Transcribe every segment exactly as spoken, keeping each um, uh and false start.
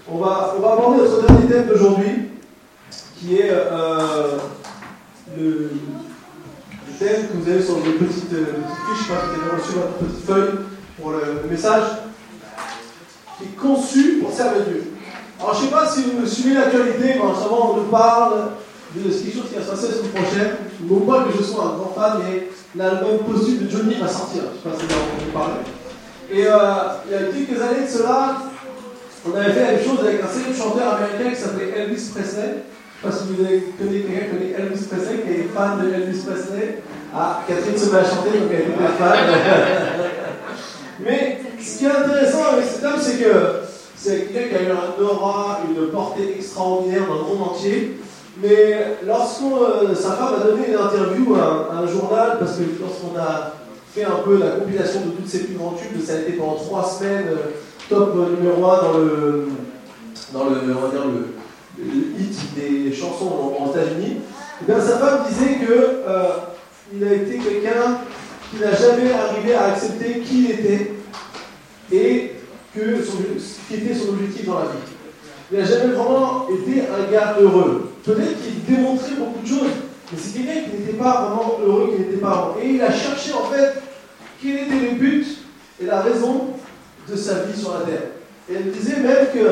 On va, on va aborder notre dernier thème d'aujourd'hui, qui est euh, le, le thème que vous avez sur les petites, euh, petites fiches, je sais pas si vous avez reçu votre petite feuille pour le, le message, qui est conçu pour servir Dieu. Alors je ne sais pas si vous suivez l'actualité, quand souvent on nous parle de quelque chose qui va se passer la semaine prochaine. Non pas que je sois un grand fan, mais l'album posthume de Johnny va sortir. Je ne sais pas si vous en avez parlé. Et euh, il y a quelques années de cela, on avait fait la même chose avec un célèbre chanteur américain qui s'appelait Elvis Presley. Je ne sais pas si vous avez connu quelqu'un qui connaît Elvis Presley, qui est fan de Elvis Presley. Ah, Catherine se met à chanter, donc elle est hyper fan. Mais ce qui est intéressant avec cet homme, c'est que c'est quelqu'un qui a eu un aura, une portée extraordinaire dans le monde entier. Mais lorsqu'on, euh, sa femme a donné une interview à un, à un journal, parce que lorsqu'on a fait un peu la compilation de toutes ses plus grands tubes, ça a été pendant trois semaines euh, top numéro un dans le, dans le, on va dire le, le hit des chansons aux États-Unis. Et bien sa femme disait que euh, il a été quelqu'un qui n'a jamais arrivé à accepter qui il était et que son, ce qui était son objectif dans la vie. Il n'a jamais vraiment été un gars heureux. Peut-être qu'il démontrait beaucoup de choses, mais c'est quelqu'un qui n'était pas vraiment heureux, qui n'était pas heureux. Et il a cherché en fait quel était le but et la raison de sa vie sur la terre. Et elle disait même que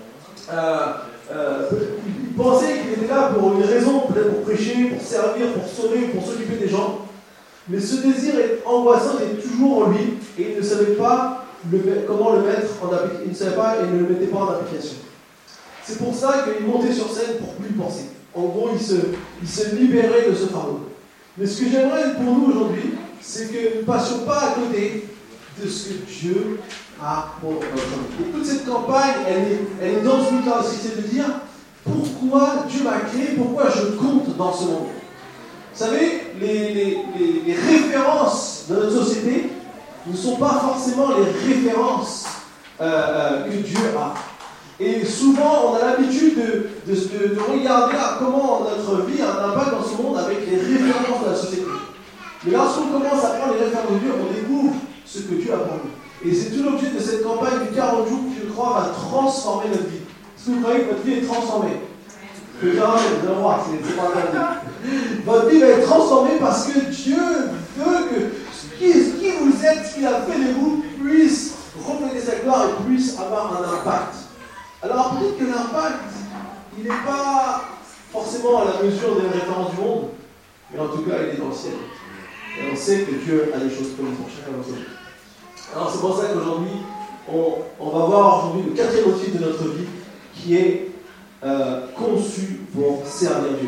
euh, euh, il pensait qu'il était là pour une raison, peut-être pour prêcher, pour servir, pour sauver, pour s'occuper des gens. Mais ce désir angoissant était toujours en lui et il ne savait pas le, comment le mettre en application. Il ne savait pas et ne le mettait pas en application. C'est pour ça qu'il montait sur scène pour plus y penser. En gros, il se, il se libérait de ce fardeau. Mais ce que j'aimerais pour nous aujourd'hui, c'est que nous ne passions pas à côté de ce que Dieu a pour notre vie. Et toute cette campagne, elle est, elle est dans une c'est de dire pourquoi Dieu m'a créé, pourquoi je compte dans ce monde. Vous savez, les, les, les, les références de notre société ne sont pas forcément les références euh, euh, que Dieu a. Et souvent, on a l'habitude de, de, de, de regarder à comment notre vie a un impact dans ce monde avec les références de la société. Mais lorsqu'on commence à prendre les références de Dieu, on découvre ce que Dieu a pour nous. Et c'est tout l'objet de cette campagne du quarante jours qui, je crois, va transformer notre vie. Est-ce que vous croyez que votre vie est transformée? Je veux dire, vous allez voir, c'est pas grave. Votre vie va être transformée parce que Dieu veut que qui, qui vous êtes, ce qu'il a fait de vous, puisse refléter sa gloire et puisse avoir un impact. Alors peut-être que l'impact, il n'est pas forcément à la mesure des références du monde, mais en tout cas, il est dans le ciel. Et on sait que Dieu a des choses pour nous, pour chacun d'entre nous. Alors c'est pour ça qu'aujourd'hui, on, on va voir aujourd'hui le quatrième motif de notre vie, qui est euh, conçu pour servir Dieu.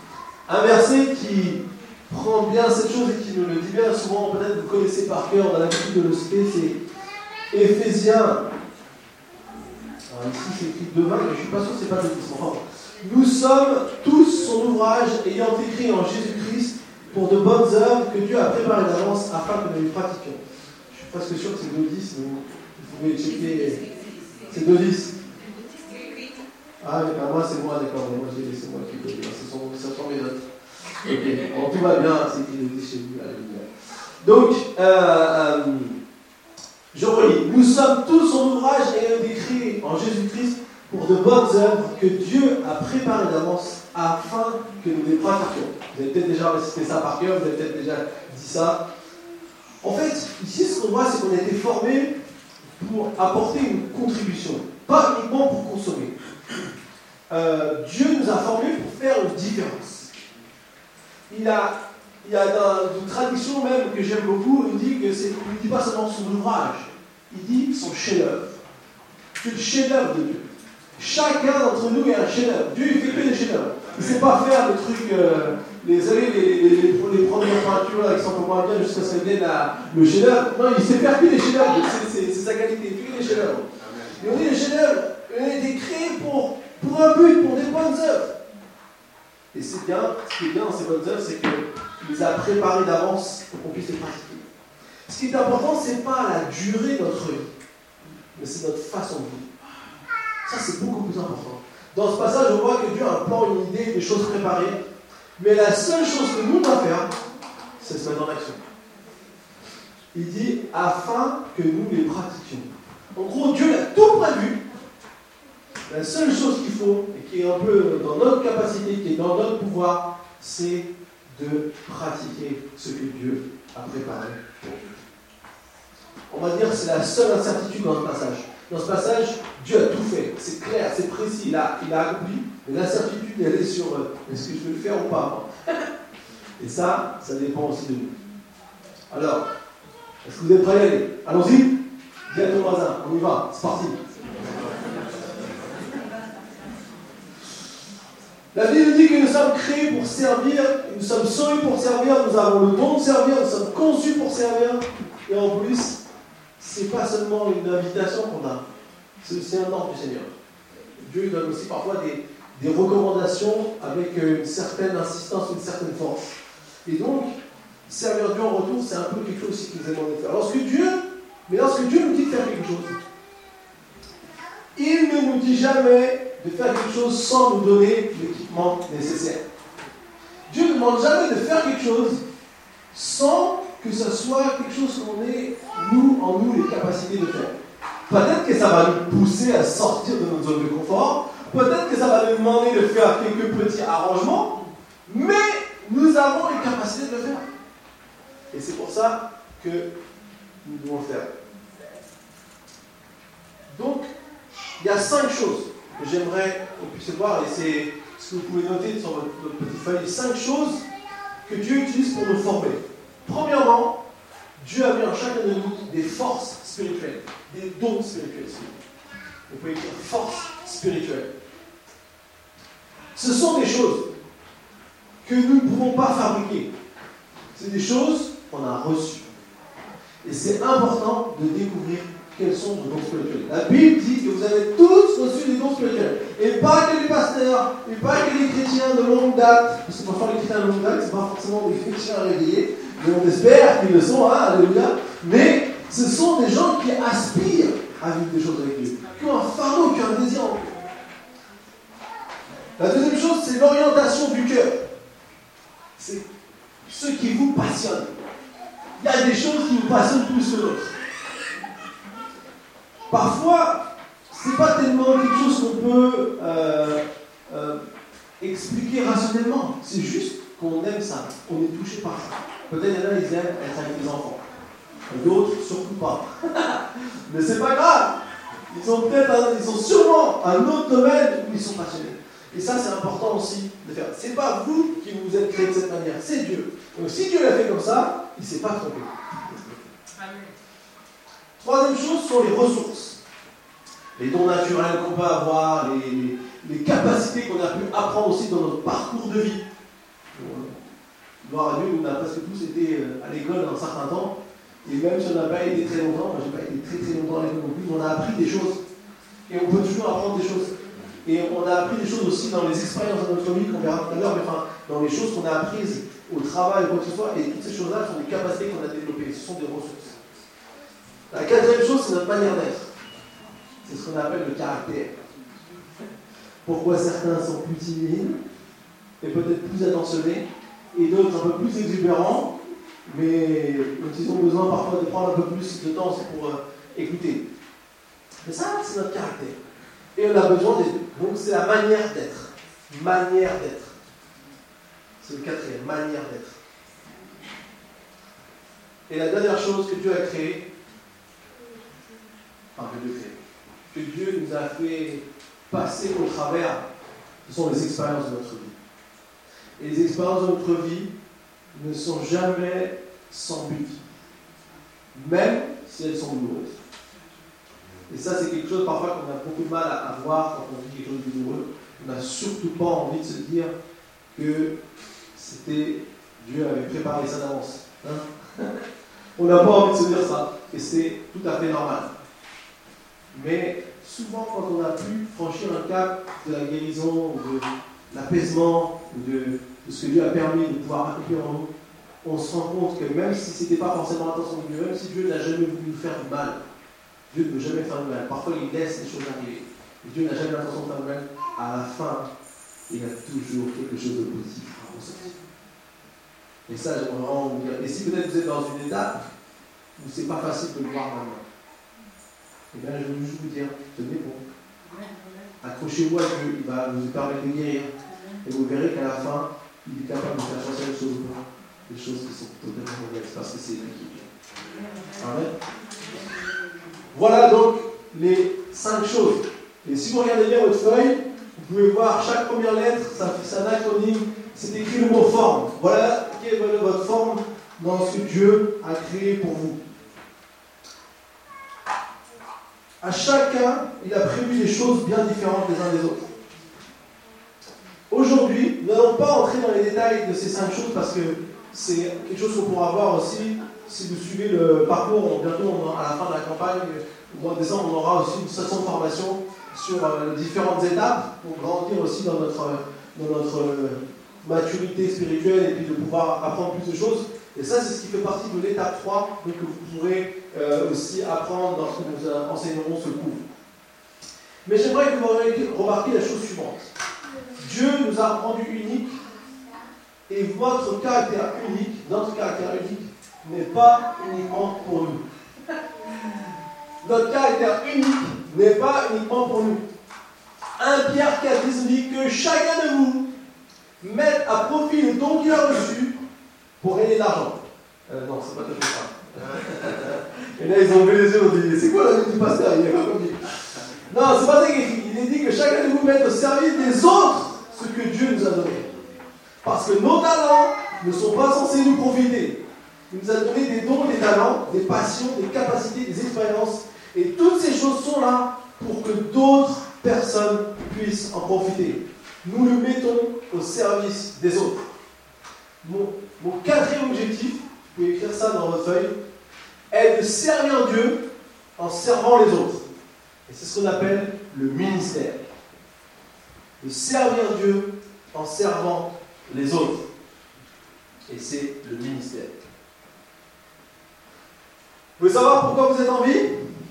Un verset qui prend bien cette chose et qui nous le dit bien souvent, peut-être vous connaissez par cœur, on a l'habitude de le citer, c'est Éphésiens. Alors ici c'est écrit deux vingt, mais je ne suis pas sûr que ce n'est pas le dix. Enfin, nous sommes tous son ouvrage ayant écrit en Jésus-Christ pour de bonnes œuvres que Dieu a préparées d'avance afin que nous les pratiquions. Je suis presque sûr que c'est deux dix, mais vous pouvez checker. C'est deux dix. Ah, ben moi c'est moi, d'accord, moi c'est moi qui peux dire, ce sont, ce sont mes notes. Ok, bon, tout va bien, c'est écrit deux dix chez vous. Donc, euh, euh, je relis. Nous sommes tous son ouvrage ayant été créé en Jésus-Christ pour de bonnes œuvres que Dieu a préparées d'avance afin que nous les pratiquions. Vous avez peut-être déjà récité ça par cœur, vous avez peut-être déjà dit ça. En fait, ici, ce qu'on voit, c'est qu'on a été formé pour apporter une contribution, pas uniquement pour consommer. Euh, Dieu nous a formés pour faire une différence. Il a Il y a une tradition même que j'aime beaucoup, il dit que c'est, il ne dit pas seulement son ouvrage, il dit son chef-d'œuvre. C'est le chef-d'œuvre de Dieu. Chacun d'entre nous est un chef-d'œuvre. Dieu il fait que des chefs-d'œuvre. Il ne sait pas faire des trucs, euh, les, les, les, les, les premières peintures avec son moins bien jusqu'à ce qu'elle vienne à le chef-d'œuvre. Non, il sait faire que des chefs-d'œuvre. C'est, c'est, c'est sa qualité, il fait que des chefs-d'œuvre. Et on dit les chefs-d'œuvre, on a été créés pour, pour un but, pour des bonnes œuvres. Et c'est bien, ce qui est bien dans ces bonnes œuvres, c'est qu'il les a préparées d'avance pour qu'on puisse les pratiquer. Ce qui est important, ce n'est pas la durée de notre vie, mais c'est notre façon de vivre. Ça, c'est beaucoup plus important. Dans ce passage, on voit que Dieu a un plan, une idée, des choses préparées, mais la seule chose que nous devons faire, c'est se mettre en action. Il dit, afin que nous les pratiquions. En gros, Dieu l'a tout prévu, La seule chose qu'il faut, et qui est un peu dans notre capacité, qui est dans notre pouvoir, c'est de pratiquer ce que Dieu a préparé pour nous. On va dire que c'est la seule incertitude dans ce passage. Dans ce passage, Dieu a tout fait. C'est clair, c'est précis, il a, il a accompli. Mais l'incertitude, elle est sur euh, est-ce que je vais le faire ou pas. Et ça, ça dépend aussi de nous. Alors, est-ce que vous êtes prêts à y aller? Allons-y. Dis à ton voisin, on y va, c'est parti. La Bible nous dit que nous sommes créés pour servir, nous sommes sauvés pour servir, nous avons le don de servir, nous sommes conçus pour servir. Et en plus, c'est pas seulement une invitation qu'on a, c'est aussi un ordre du Seigneur. Dieu donne aussi parfois des, des recommandations avec une certaine insistance, une certaine force. Et donc, servir Dieu en retour, c'est un peu quelque chose aussi qu'il nous a demandé de faire. Lorsque Dieu, mais lorsque Dieu nous dit de faire quelque chose, il ne nous dit jamais de faire quelque chose sans nous donner l'équipement nécessaire. Dieu ne demande jamais de faire quelque chose sans que ce soit quelque chose qu'on ait, nous, en nous, les capacités de faire. Peut-être que ça va nous pousser à sortir de notre zone de confort, peut-être que ça va nous demander de faire quelques petits arrangements, mais nous avons les capacités de le faire. Et c'est pour ça que nous devons le faire. Donc, il y a cinq choses que j'aimerais qu'on puisse voir, et c'est ce que vous pouvez noter sur votre, votre petite feuille, cinq choses que Dieu utilise pour nous former. Premièrement, Dieu a mis en chacun de nous des forces spirituelles, des dons spirituels. Vous pouvez dire force spirituelle. Ce sont des choses que nous ne pouvons pas fabriquer. C'est des choses qu'on a reçues. Et c'est important de découvrir quels sont nos dons spirituels. La Bible dit que vous avez tous reçu des dons spirituels. Et pas que les pasteurs, et pas que les chrétiens de longue date, parce que parfois les chrétiens de longue date, ce n'est pas forcément des chrétiens réveillés, mais on espère qu'ils le sont, hein, alléluia. Mais ce sont des gens qui aspirent à vivre des choses avec Dieu, qui ont un fardeau, qui ont un désir en eux. La deuxième chose, c'est l'orientation du cœur. C'est ce qui vous passionne. Il y a des choses qui vous passionnent plus que d'autres. Parfois, ce n'est pas tellement quelque chose qu'on peut euh, euh, expliquer rationnellement. C'est juste qu'on aime ça, qu'on est touché par ça. Peut-être qu'il y en a, ils aiment être avec des enfants. D'autres, surtout pas. Mais c'est pas grave. Ils ont peut-être, un, ils ont sûrement un autre domaine où ils sont passionnés. Et ça, c'est important aussi de faire. C'est pas vous qui vous êtes créé de cette manière, c'est Dieu. Donc si Dieu l'a fait comme ça, il ne s'est pas trompé. Troisième chose sont les ressources. Les dons naturels qu'on peut avoir, les, les, les capacités qu'on a pu apprendre aussi dans notre parcours de vie. Gloire à Dieu, on a presque tous été à l'école dans un certain temps. Et même si on n'a pas été très longtemps, moi je n'ai pas été très très longtemps à l'école non plus, on a appris des choses. Et on peut toujours apprendre des choses. Et on a appris des choses aussi dans les expériences de notre vie qu'on verra tout à l'heure, mais enfin, dans les choses qu'on a apprises au travail ou quoi que ce soit. Et toutes ces choses-là sont des capacités qu'on a développées, ce sont des ressources. La quatrième chose, c'est notre manière d'être. C'est ce qu'on appelle le caractère. Pourquoi certains sont plus timides et peut-être plus attentionnés, et d'autres un peu plus exubérants, mais dont ils ont besoin parfois de prendre un peu plus de temps pour euh, écouter. Mais ça, c'est notre caractère. Et on a besoin des deux. Donc c'est la manière d'être. Manière d'être. C'est le quatrième, manière d'être. Et la dernière chose que Dieu a créée, enfin que Dieu crée, que Dieu nous a fait passer au travers, ce sont les expériences de notre vie. Et les expériences de notre vie ne sont jamais sans but, même si elles sont douloureuses. Et ça, c'est quelque chose parfois qu'on a beaucoup de mal à voir quand on vit quelque chose de douloureux. On n'a surtout pas envie de se dire que c'était Dieu avait préparé ça d'avance. Hein. On n'a pas envie de se dire ça, et c'est tout à fait normal. Mais souvent, quand on a pu franchir un cap de la guérison, ou de l'apaisement, ou de, de ce que Dieu a permis de pouvoir accomplir en nous, on se rend compte que même si ce n'était pas forcément l'intention de Dieu, même si Dieu n'a jamais voulu nous faire du mal, Dieu ne veut jamais faire du mal. Parfois, il laisse les choses arriver. Et Dieu n'a jamais l'intention de faire du mal. À la fin, il a toujours quelque chose de positif à ressortir. Et ça, j'aimerais vraiment vous dire. Et si peut-être vous êtes dans une étape où c'est pas facile de le voir maintenant, eh bien, je veux juste vous dire, tenez bon. accrochez-vous à Dieu, il va vous permettre de guérir. Et vous verrez qu'à la fin, il est capable de faire changer les choses, des choses qui sont totalement mauvaises, parce que c'est lui qui vient. Amen. Voilà donc les cinq choses. Et si vous regardez bien votre feuille, vous pouvez voir chaque première lettre, ça c'est un acronyme, c'est écrit le mot forme. Voilà quelle est votre forme dans ce que Dieu a créé pour vous. À chacun, il a prévu des choses bien différentes les uns des autres. Aujourd'hui, nous n'allons pas entrer dans les détails de ces cinq choses parce que c'est quelque chose qu'on pourra voir aussi si vous suivez le parcours. Bientôt, on, à la fin de la campagne, au mois de décembre, on aura aussi une session de formation sur euh, différentes étapes pour grandir aussi dans notre, dans notre euh, maturité spirituelle et puis de pouvoir apprendre plus de choses. Et ça, c'est ce qui fait partie de l'étape trois, donc que vous pourrez euh, aussi apprendre lorsque nous enseignerons ce cours. Mais j'aimerais que vous remarquiez la chose suivante. Dieu nous a rendus uniques et votre caractère unique, notre caractère unique, n'est pas uniquement pour nous. Notre caractère unique n'est pas uniquement pour nous. un Pierre quatre dit que chacun de vous mette à profit le don qu'il a reçu pour gagner de l'argent. Euh, non, c'est pas tout à fait ça. Et là, ils ont levé les yeux, ils ont dit, c'est quoi la vie du pasteur? Il a pas compris. Non, c'est pas ça qu'il écrit. Il est dit que chacun de vous mette au service des autres ce que Dieu nous a donné. Parce que nos talents ne sont pas censés nous profiter. Il nous a donné des dons, des talents, des passions, des capacités, des expériences. Et toutes ces choses sont là pour que d'autres personnes puissent en profiter. Nous le mettons au service des autres. Mon, mon quatrième objectif, vous pouvez écrire ça dans votre feuille, est de servir Dieu en servant les autres. Et c'est ce qu'on appelle le ministère. De servir Dieu en servant les autres. Et c'est le ministère. Vous voulez savoir pourquoi vous êtes en vie?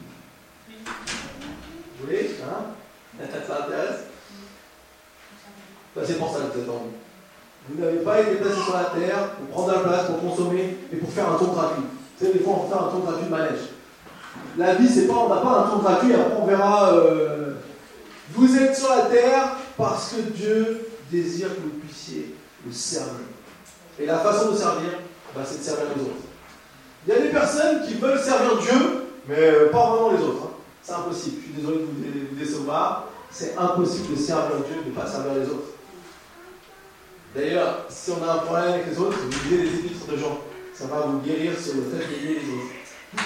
Vous voulez hein? Ça intéresse? Ben, c'est pour ça que vous êtes en vie. Vous n'avez pas été placé sur la terre pour prendre la place, pour consommer et pour faire un tour gratuit. Vous savez, des fois on fait un tour gratuit de manège. La vie, c'est pas, on n'a pas un tour gratuit et après on verra. Euh, vous êtes sur la terre parce que Dieu désire que vous puissiez le servir. Et la façon de servir, ben, c'est de servir les autres. Il y a des personnes qui veulent servir Dieu, mais pas vraiment les autres. Hein. C'est impossible. Je suis désolé de vous, vous décevoir. C'est impossible de servir Dieu et de ne pas servir les autres. D'ailleurs, si on a un problème avec les autres, vous lisez les épîtres de Jean. Ça va vous guérir sur le fait d'aimer les autres.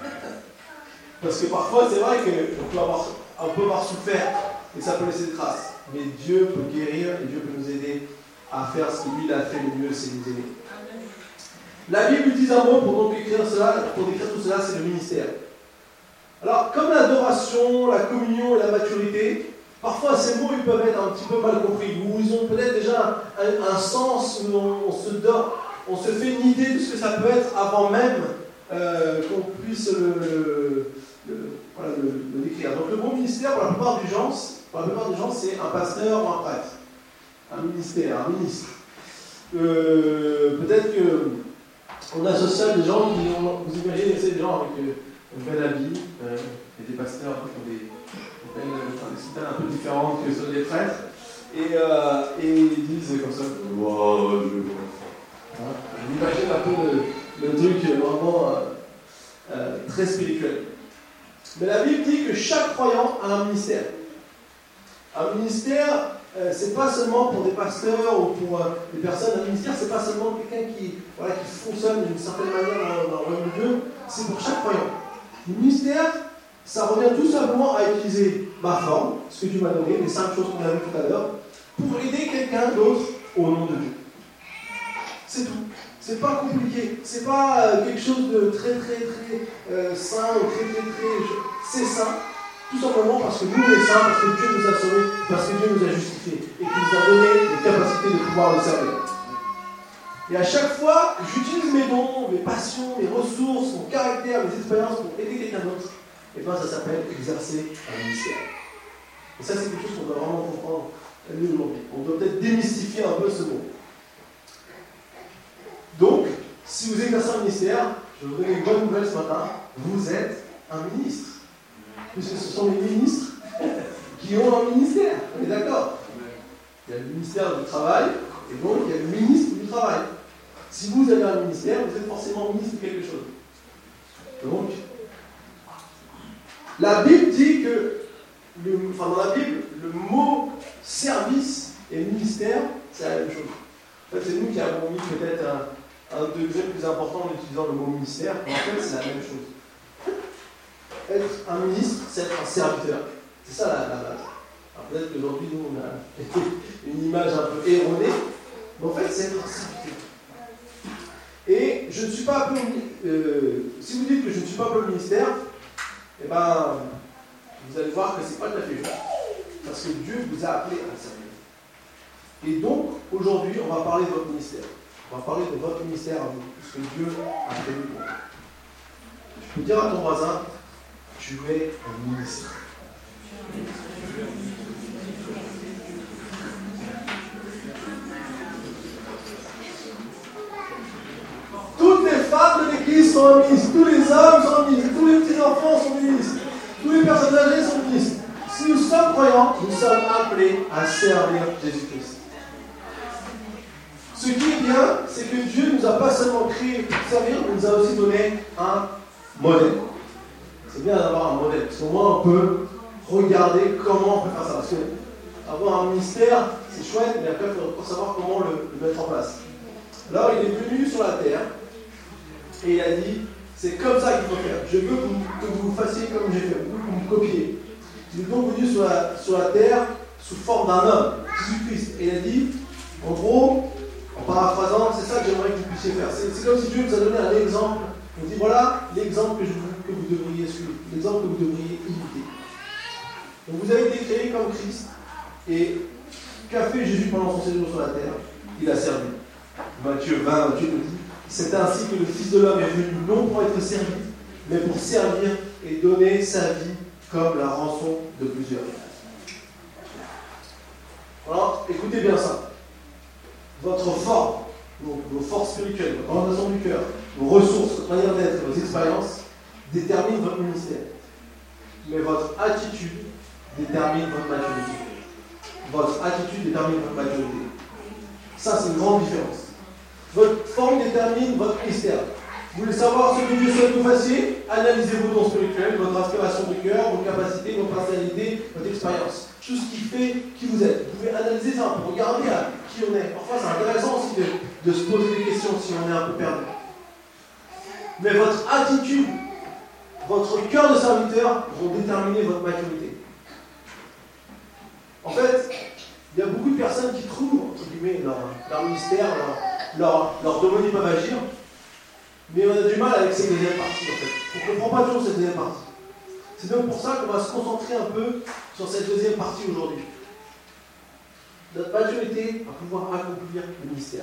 Parce que parfois, c'est vrai qu'on peut avoir, on peut avoir souffert et ça peut laisser des traces. Mais Dieu peut guérir et Dieu peut nous aider à faire ce que lui il a fait le mieux, c'est nous aider. La Bible utilise un mot pour donc écrire cela, pour décrire tout cela, c'est le ministère. Alors, comme l'adoration, la communion et la maturité, parfois ces mots ils peuvent être un petit peu mal compris, ou ils ont peut-être déjà un, un sens où on, on, se donne, on se fait une idée de ce que ça peut être avant même euh, qu'on puisse le, le, le, voilà, le, le décrire. Donc le mot ministère, pour la plupart des gens, pour la plupart des gens, c'est un pasteur ou un prêtre. Un ministère, un ministre. Euh, peut-être que on associe des gens qui ont, vous imaginez, c'est des gens avec euh, un bel habit, euh, et des pasteurs qui ont des, des, des styles un peu différents que ceux des prêtres, et, euh, et ils disent comme ça, wow, je hein, on imagine un peu le, le truc vraiment euh, euh, très spirituel. Mais la Bible dit que chaque croyant a un ministère. Un ministère, Euh, c'est pas seulement pour des pasteurs ou pour euh, des personnes. Un ministère, c'est pas seulement quelqu'un qui, voilà, qui fonctionne d'une certaine manière dans, dans le royaume de Dieu, c'est pour chaque croyant. Le ministère, ça revient tout simplement à utiliser ma forme, ce que Dieu m'a donné, les cinq choses qu'on a vues tout à l'heure, pour aider quelqu'un d'autre au nom de Dieu. C'est tout. C'est pas compliqué. C'est pas euh, quelque chose de très très très euh, sain ou très très très. C'est sain. Tout simplement parce que nous on est saints, parce que Dieu nous a sauvés, parce que Dieu nous a justifiés et qu'il nous a donné les capacités de pouvoir le servir. Et à chaque fois, j'utilise mes dons, mes passions, mes ressources, mon caractère, mes expériences pour aider quelqu'un d'autre. Et bien ça s'appelle exercer un ministère. Et ça c'est quelque chose qu'on doit vraiment comprendre nous aujourd'hui. On doit peut-être démystifier un peu ce mot. Donc, si vous exercez un ministère, je vais vous donner une bonne nouvelle ce matin, vous êtes un ministre. Puisque ce sont les ministres qui qui ont un ministère. On est d'accord? Il y a le ministère du travail, et donc il y a le ministre du travail. Si vous avez un ministère, vous êtes forcément ministre de quelque chose. Donc, la Bible dit que, le, enfin dans la Bible, le mot service et ministère, c'est la même chose. En fait, c'est nous qui avons mis peut-être un, un degré plus important en utilisant le mot ministère, mais en fait, c'est la même chose. Être un ministre, c'est être un serviteur. C'est ça la, la base. Alors peut-être qu'aujourd'hui, nous, on a une image un peu erronée, mais en fait, c'est être un serviteur. Et je ne suis pas appelé au euh, si vous dites que je ne suis pas appelé au ministère, eh ben, vous allez voir que ce n'est pas tout à fait juste. Parce que Dieu vous a appelé à le servir. Et donc, aujourd'hui, on va parler de votre ministère. On va parler de votre ministère à vous, ce que Dieu a prévu pour vous. Tu peux dire à ton voisin, tu es un ministre. Toutes les femmes de l'église sont un ministre, tous les hommes sont un ministre, tous les petits-enfants sont ministres, tous les personnes âgées sont ministres. Si nous sommes croyants, nous sommes appelés à servir Jésus-Christ. Ce qui est bien, c'est que Dieu ne nous a pas seulement créé pour servir, mais nous a aussi donné un modèle. C'est bien d'avoir un modèle, parce qu'au moins on peut regarder comment on peut faire ça. Parce que avoir un ministère, c'est chouette, mais après il faut savoir comment le, le mettre en place. Alors il est venu sur la terre, et il a dit, c'est comme ça qu'il faut faire. Je veux que vous fassiez comme j'ai fait, vous, vous me copiez. Il est donc venu sur la, sur la terre sous forme d'un homme, Jésus-Christ. Et il a dit, en gros, en paraphrasant, c'est ça que j'aimerais que vous puissiez faire. C'est, c'est comme si Dieu nous a donné un exemple. Il dit, voilà l'exemple que, je, que vous devriez suivre, l'exemple que vous devriez imiter. Donc vous avez été créés comme Christ. Et qu'a fait Jésus pendant son séjour sur la terre? Il a servi. Matthieu vingt, Dieu nous dit, c'est ainsi que le Fils de l'homme est venu, non pour être servi, mais pour servir et donner sa vie comme la rançon de plusieurs. Alors, écoutez bien ça. Votre forme, donc vos forces spirituelles, votre orientation du cœur, vos ressources, votre manière d'être, vos expériences, déterminent votre ministère. Mais votre attitude détermine votre maturité. Votre attitude détermine votre maturité. Ça, c'est une grande différence. Votre forme détermine votre ministère. Vous voulez savoir ce que Dieu souhaite que vous fassiez? Analysez vos dons spirituels, votre inspiration du cœur, vos capacités, vos personnalités, votre expérience. Tout ce qui fait qui vous êtes. Vous pouvez analyser ça pour regarder à qui on est. Parfois, c'est intéressant aussi de, de se poser des questions si on est un peu perdu. Mais votre attitude, votre cœur de serviteur vont déterminer votre maturité. En fait, il y a beaucoup de personnes qui trouvent, entre guillemets, leur, leur ministère, leur, leur, leur domaine, ils peuvent agir, mais on a du mal avec cette deuxième partie, en fait. On ne comprend pas toujours cette deuxième partie. C'est donc pour ça qu'on va se concentrer un peu sur cette deuxième partie aujourd'hui. Notre maturité va pouvoir accomplir le ministère.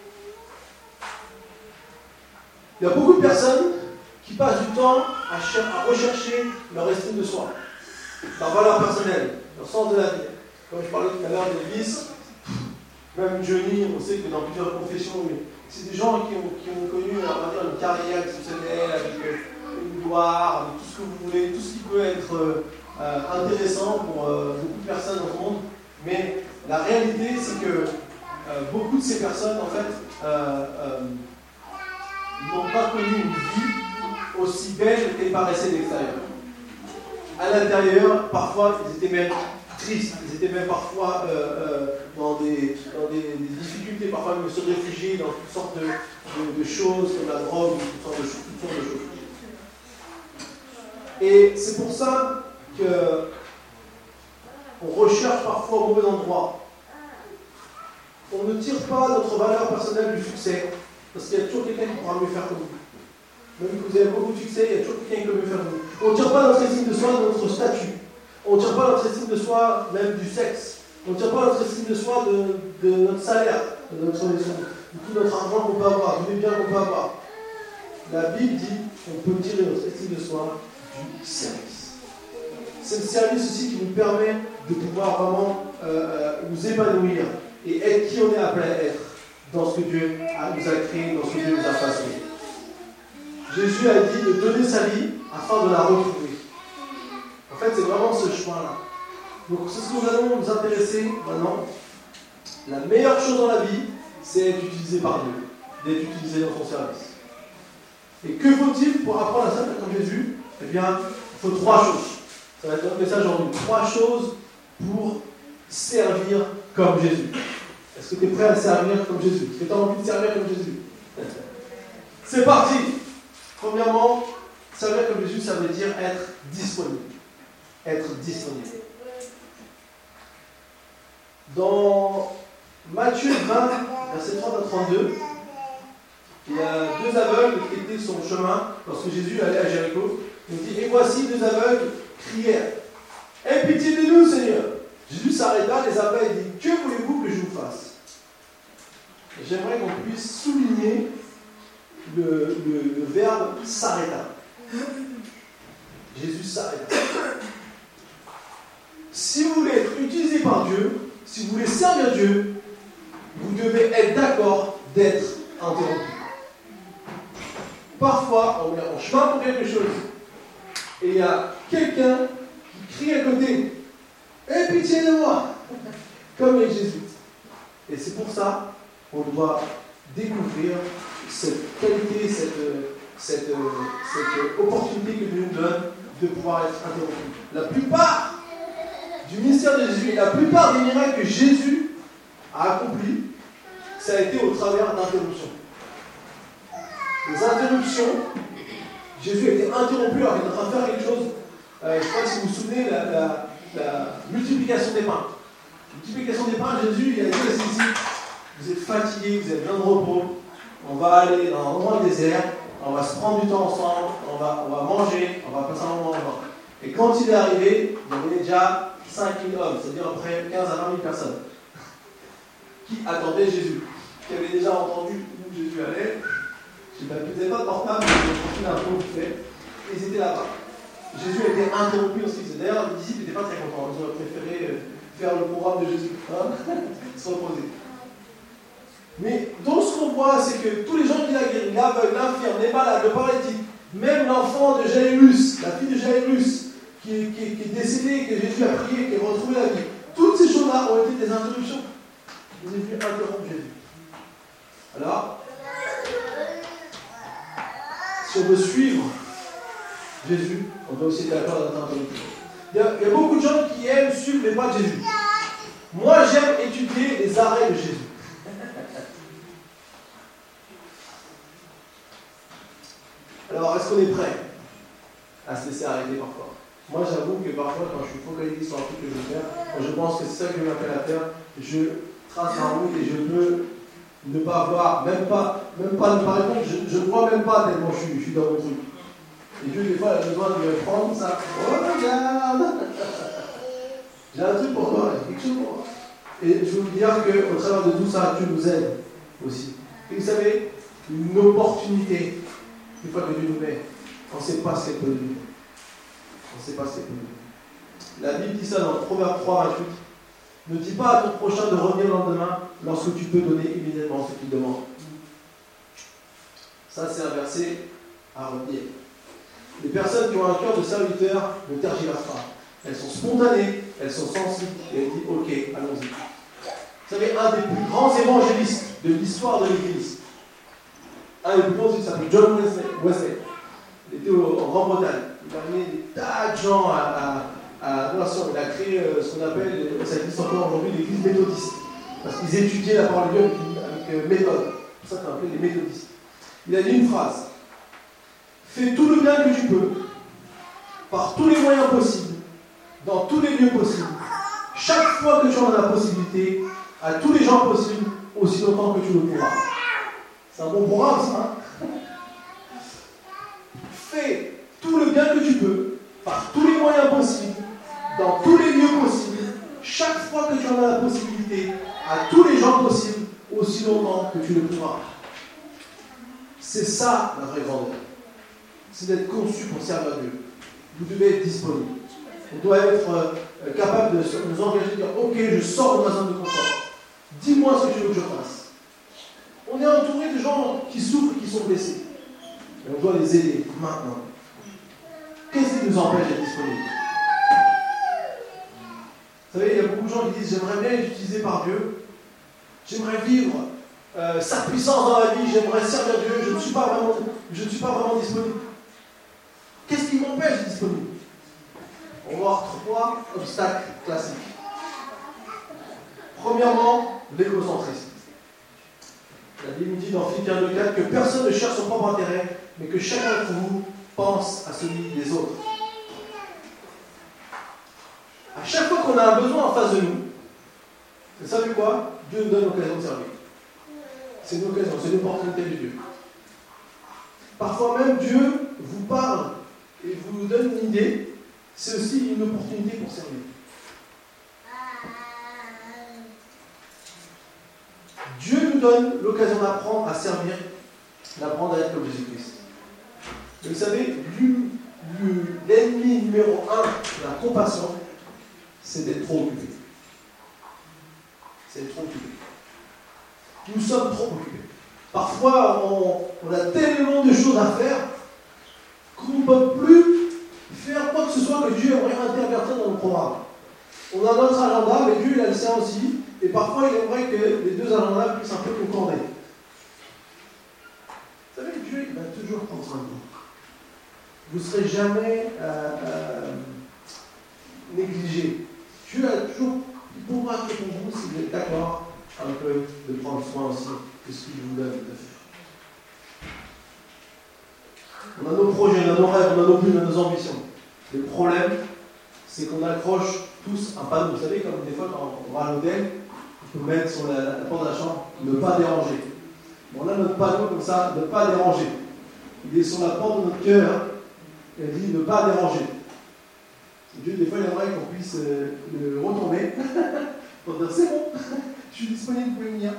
Il y a beaucoup de personnes qui passent du temps à, cher- à rechercher leur estime de soi, leur valeur personnelle, leur sens de la vie. Comme je parlais tout à l'heure des vices, même Johnny, on sait que dans plusieurs confessions, c'est des gens qui ont, qui ont connu on va dire, une carrière exceptionnelle, avec une gloire, avec tout ce que vous voulez, tout ce qui peut être euh, intéressant pour euh, beaucoup de personnes dans le monde. Mais la réalité, c'est que euh, beaucoup de ces personnes, en fait, euh, euh, n'ont pas connu une vie aussi belle qu'elle paraissait de l'extérieur. À l'intérieur, parfois, ils étaient même tristes, ils étaient même parfois euh, euh, dans, des, dans des, des difficultés, parfois même se réfugier dans toutes sortes de, de, de choses, comme la drogue, toutes sortes de, toutes sortes de choses. Et c'est pour ça que on recherche parfois au mauvais endroit. On ne tire pas notre valeur personnelle du succès, parce qu'il y a toujours quelqu'un qui pourra mieux faire que vous. Même que vous avez beaucoup de succès, il y a toujours quelqu'un qui peut mieux faire que vous. On ne tire pas notre estime de soi de notre statut. On ne tire pas notre estime de soi même du sexe. On ne tire pas notre estime de soi de, de notre salaire, de, notre, de tout notre argent qu'on peut avoir, du bien qu'on peut avoir. La Bible dit qu'on peut tirer notre estime de soi du service. C'est le service aussi qui nous permet de pouvoir vraiment euh, euh, nous épanouir et être qui on est appelé à être dans ce que Dieu a, nous a créé, dans ce que Dieu nous a façonné. Jésus a dit de donner sa vie afin de la retrouver. En fait, c'est vraiment ce chemin-là. Donc c'est ce que nous allons nous intéresser maintenant. La meilleure chose dans la vie, c'est être utilisé par Dieu, d'être utilisé dans son service. Et que faut-il pour apprendre à servir comme Jésus? Eh bien, il faut trois choses. Ça va être notre message aujourd'hui. Trois choses pour servir comme Jésus. Est-ce que tu es prêt à servir comme Jésus? Est-ce que tu as envie de servir comme Jésus? C'est parti! Premièrement, servir comme Jésus, ça veut dire être disponible. Être disponible. Dans Matthieu vingt, versets trente à trente-deux, il y a deux aveugles qui étaient sur le chemin lorsque Jésus allait à Jéricho. Il dit, et voici deux aveugles crièrent, aie pitié de nous, Seigneur. Jésus s'arrêta, les appela et dit, que voulez-vous que je vous fasse? J'aimerais qu'on puisse souligner le, le, le verbe s'arrêta. Jésus s'arrêta. Si vous voulez être utilisé par Dieu, si vous voulez servir Dieu, vous devez être d'accord d'être interrompu. Parfois, on est en chemin pour quelque chose, et il y a quelqu'un qui crie à côté, aie pitié de moi, comme les Jésus. Et c'est pour ça qu'on doit découvrir cette qualité, cette, cette, cette opportunité que Dieu nous donne de pouvoir être interrompu. La plupart du ministère de Jésus et la plupart des miracles que Jésus a accomplis, ça a été au travers d'interruptions. Les interruptions, Jésus a été interrompu alors qu'il est en train de faire quelque chose. Euh, je ne sais pas si vous vous souvenez, la, la, la multiplication des pains. La multiplication des pains, Jésus, il a dit ici, vous êtes fatigués, vous avez besoin de repos, on va aller dans un endroit désert, on va se prendre du temps ensemble, on va, on va manger, on va passer un moment ensemble. Et quand il est arrivé, il y avait déjà cinq mille hommes, c'est-à-dire à peu près quinze à vingt mille personnes, qui attendaient Jésus, qui avaient déjà entendu où Jésus allait. Je ne faisais pas de portable, mais j'ai continué un peu vite fait. Et ils étaient là-bas. Jésus a été interrompu aussi. D'ailleurs, les disciples n'étaient pas très contents. Ils auraient préféré faire le programme de Jésus, hein, se reposer. Mais donc ce qu'on voit, c'est que tous les gens qui l'a guéri, l'aveugle, l'infirme, les malades, le paralytique, même l'enfant de Jairus, la fille de Jairus, qui, qui, qui est décédée, que Jésus a prié, qui a retrouvé la vie, toutes ces choses-là ont été des interruptions. Ils ont dû interrompre Jésus. Alors, si on veut suivre Jésus, on doit aussi être d'accord dans notre interruption. Il y a, il y a beaucoup de gens qui aiment suivre les pas de Jésus. Moi, j'aime étudier les arrêts de Jésus. Alors, est-ce qu'on est prêt à se laisser arrêter parfois? Moi, j'avoue que parfois, quand je suis focalisé sur un truc que je veux faire, quand je pense que c'est ça que je m'appelle à faire, je trace ma route et je peux ne pas voir, même pas, même pas ne pas répondre, je ne vois même pas tellement je suis, je suis dans mon truc. Et Dieu, des fois, il a besoin de me prendre ça. Oh, regarde! J'ai un truc pour toi, j'ai quelque chose pour toi. Et je veux vous dire qu'au travers de tout ça, Dieu nous aide aussi. Et vous savez, une opportunité, une fois que Dieu nous met, on ne sait pas ce qu'elle peut donner. On ne sait pas ce qu'elle peut donner. La Bible dit ça dans Proverbe trois, vingt-huit. Ne dis pas à ton prochain de revenir le lendemain lorsque tu peux donner immédiatement ce qu'il demande. Ça, c'est un verset à retenir. Les personnes qui ont un cœur de serviteur ne tergiversent pas. Elles sont spontanées, elles sont sensibles et elles disent ok, allons-y. Vous savez, un des plus grands évangélistes de l'histoire de l'Église, un des plus grands, il s'appelle John Wesley. Wesley. Il était au, en Grande-Bretagne. Il a amené des tas de gens à, à à l'adoration. Il a créé euh, ce qu'on appelle, ça existe encore aujourd'hui, l'église méthodiste. Parce qu'ils étudiaient la parole de Dieu avec, avec euh, méthode. C'est pour ça qu'on appelait les méthodistes. Il a dit une phrase. Fais tout le bien que tu peux, par tous les moyens possibles, dans tous les lieux possibles, chaque fois que tu en as la possibilité, à tous les gens possibles, aussi longtemps que tu le pourras. C'est un bon programme, ça. Hein? Fais tout le bien que tu peux, par tous les moyens possibles, dans tous les lieux possibles, chaque fois que tu en as la possibilité, à tous les gens possibles, aussi longtemps que tu le pourras. C'est ça la vraie grandeur. C'est d'être conçu pour servir Dieu. Vous devez être disponible. On doit être euh, capable de nous engager, de dire ok, je sors de ma zone de confort. Dis-moi ce que tu veux que je fasse. On est entouré de gens qui souffrent, qui sont blessés. Et on doit les aider maintenant. Qu'est-ce qui nous empêche d'être disponibles? Vous savez, il y a beaucoup de gens qui disent j'aimerais bien être utilisé par Dieu, j'aimerais vivre euh, sa puissance dans la vie, j'aimerais servir Dieu, je ne suis pas vraiment, je ne suis pas vraiment disponible. Qu'est-ce qui m'empêche d'être disponible? On va voir trois obstacles classiques. Premièrement, l'égocentrisme. La Bible dit dans Philippiens deux quatre que personne ne cherche son propre intérêt, mais que chacun d'entre vous pense à celui des autres. À chaque fois qu'on a un besoin en face de nous, vous savez quoi? Dieu nous donne l'occasion de servir. C'est une occasion, c'est une opportunité de Dieu. Parfois même, Dieu vous parle et vous donne une idée, c'est aussi une opportunité pour servir. Dieu nous donne l'occasion d'apprendre à servir, d'apprendre à être comme Jésus-Christ. Vous savez, l'ennemi numéro un de la compassion, c'est d'être trop occupé. C'est d'être trop occupé. Nous sommes trop occupés. Parfois, on, on a tellement de choses à faire qu'on ne peut plus faire quoi que ce soit que Dieu aimerait intervertir dans le programme. On a notre agenda, mais Dieu il a le sien aussi, et parfois il aimerait que les deux agendas puissent un peu concorder. Vous savez, Dieu il va toujours prendre soin de vous. Vous ne serez jamais euh, euh, négligé. Dieu a toujours, il pourra faire pour vous si vous êtes d'accord avec eux de prendre soin aussi de ce qu'il vous donne de faire. On a nos projets, on a nos rêves, on a nos buts, on a nos ambitions. Le problème, c'est qu'on accroche tous un panneau. Vous savez, comme des fois, quand on va à l'hôtel, on peut mettre sur la, la porte de la chambre, ne pas déranger. Bon, on a notre panneau comme ça, ne pas déranger. Il est sur la porte de notre cœur, hein, et il dit ne pas déranger. Dieu, des fois, il aimerait qu'on puisse euh, le retourner pour dire c'est bon, je suis disponible, vous pouvez venir.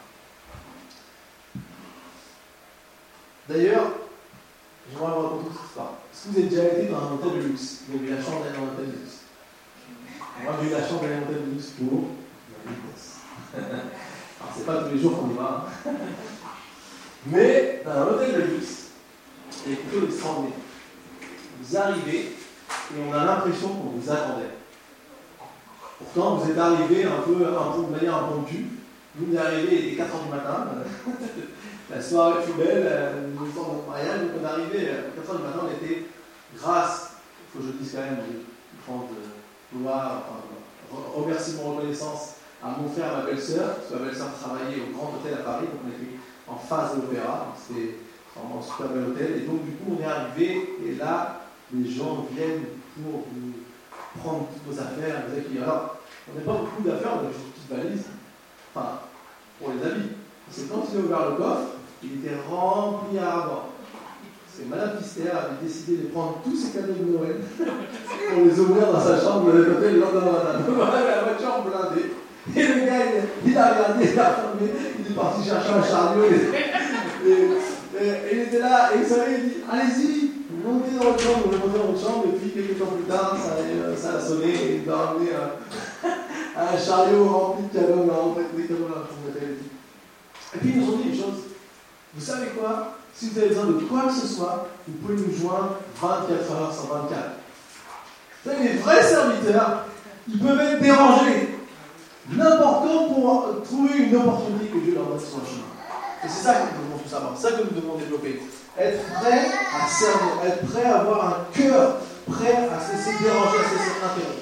D'ailleurs, j'aimerais vous raconter cette histoire. Est-ce que vous avez déjà été dans un hôtel de luxe? Vous avez eu la chance d'aller dans un hôtel de luxe? Moi, j'ai eu la chance d'aller dans un hôtel de luxe pour la vitesse. Alors, c'est pas tous les jours qu'on y va. Hein. Mais dans un hôtel de luxe, il y a quelque chose d'extraordinaire. Vous arrivez et on a l'impression qu'on vous attendait. Pourtant, vous êtes arrivé un peu, un peu de manière impromptue. Vous venez d'arriver, il était quatre heures du matin. La soirée fut belle, nous sommes au mariage, donc on est arrivé à quatre heures du matin, on était, grâce, il faut que je le dise quand même, je prends de gloire, enfin, remerciement, reconnaissance à mon frère et à ma belle-sœur, parce que ma belle-sœur travaillait au Grand Hôtel à Paris, donc on était en face de l'opéra, c'était vraiment un super bel hôtel, et donc du coup on est arrivé, et là, les gens viennent pour vous prendre toutes vos affaires, vous accueillir. Alors, on n'a pas beaucoup d'affaires, on a juste une petite valise, enfin, pour les habits. C'est quand il a ouvert le coffre, il était rempli à ras. Parce que Madame Pister avait décidé de prendre tous ses cadeaux de Noël pour les ouvrir dans sa chambre de l'hôtel le lendemain matin. Donc voilà la voiture blindée. Et le gars, il, il a regardé, il a fermé, il est parti chercher un chariot. Et, et, et, et il était là, et vous savez, il dit allez-y, montez dans votre chambre, vous montez dans votre chambre, et puis quelques temps plus tard, ça, ça a sonné, et il a ramené un, un chariot rempli de cadeaux, il a rempli des cadeaux dans la chambre d'hôtel. Et puis ils nous ont dit une chose, vous savez quoi? Si vous avez besoin de quoi que ce soit, vous pouvez nous joindre vingt-quatre heures sur vingt-quatre. Vous savez, les vrais serviteurs, ils peuvent être dérangés n'importe quand pour trouver une opportunité que Dieu leur donne sur le chemin. Et c'est ça que nous devons tout savoir, c'est ça que nous devons développer. Être prêt à servir, être prêt à avoir un cœur prêt à se laisser déranger, à se laisser interrompre.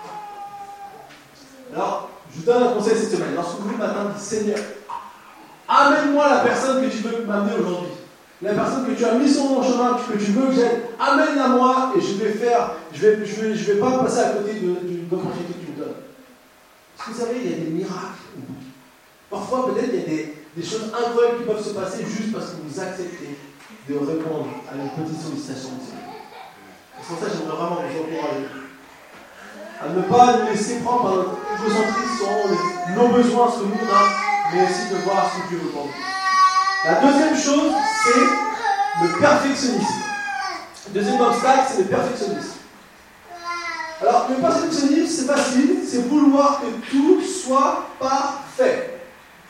Alors, je vous donne un conseil cette semaine. Lorsque vous le matin dites Seigneur, amène-moi la personne que tu veux m'amener aujourd'hui. La personne que tu as mis sur mon chemin, que tu veux que j'aide, amène-la moi et je vais faire, je vais, je vais, je vais pas passer à côté d'une opportunité que tu me donnes. Parce que vous savez, il y a des miracles. Parfois, peut-être, il y a des, des choses incroyables qui peuvent se passer juste parce que vous acceptez de répondre à une petite sollicitation de Seigneur. C'est pour ça que j'aimerais vraiment vous encourager à ne pas nous laisser prendre par notre égocentrisme sur nos besoins, ce que nous on a, mais aussi de voir ce que Dieu veut pour nous. La deuxième chose, c'est le perfectionnisme. Le deuxième obstacle, c'est le perfectionnisme. Alors, le perfectionnisme, c'est facile, c'est vouloir que tout soit parfait.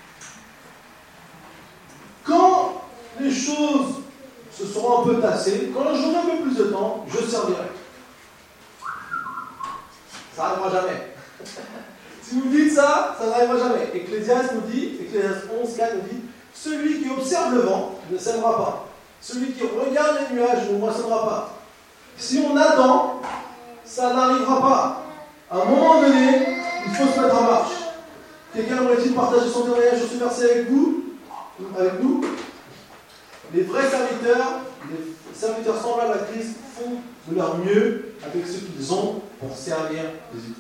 Quand les choses se seront un peu tassées, quand j'aurai un peu plus de temps, je servirai. Ça n'arrivera n'arrivera jamais. Si vous dites ça, ça n'arrivera jamais. Ecclésiaste nous dit, Ecclésiaste onze, quatre nous dit, celui qui observe le vent ne sèmera pas. Celui qui regarde les nuages ne moissonnera pas. Si on attend, ça n'arrivera pas. À un moment donné, il faut se mettre en marche. Quelqu'un aimerait-il partager son témoignage sur ce verset avec vous? Avec nous? Les vrais serviteurs, les serviteurs semblables à Christ font de leur mieux avec ce qu'ils ont pour servir Jésus-Christ.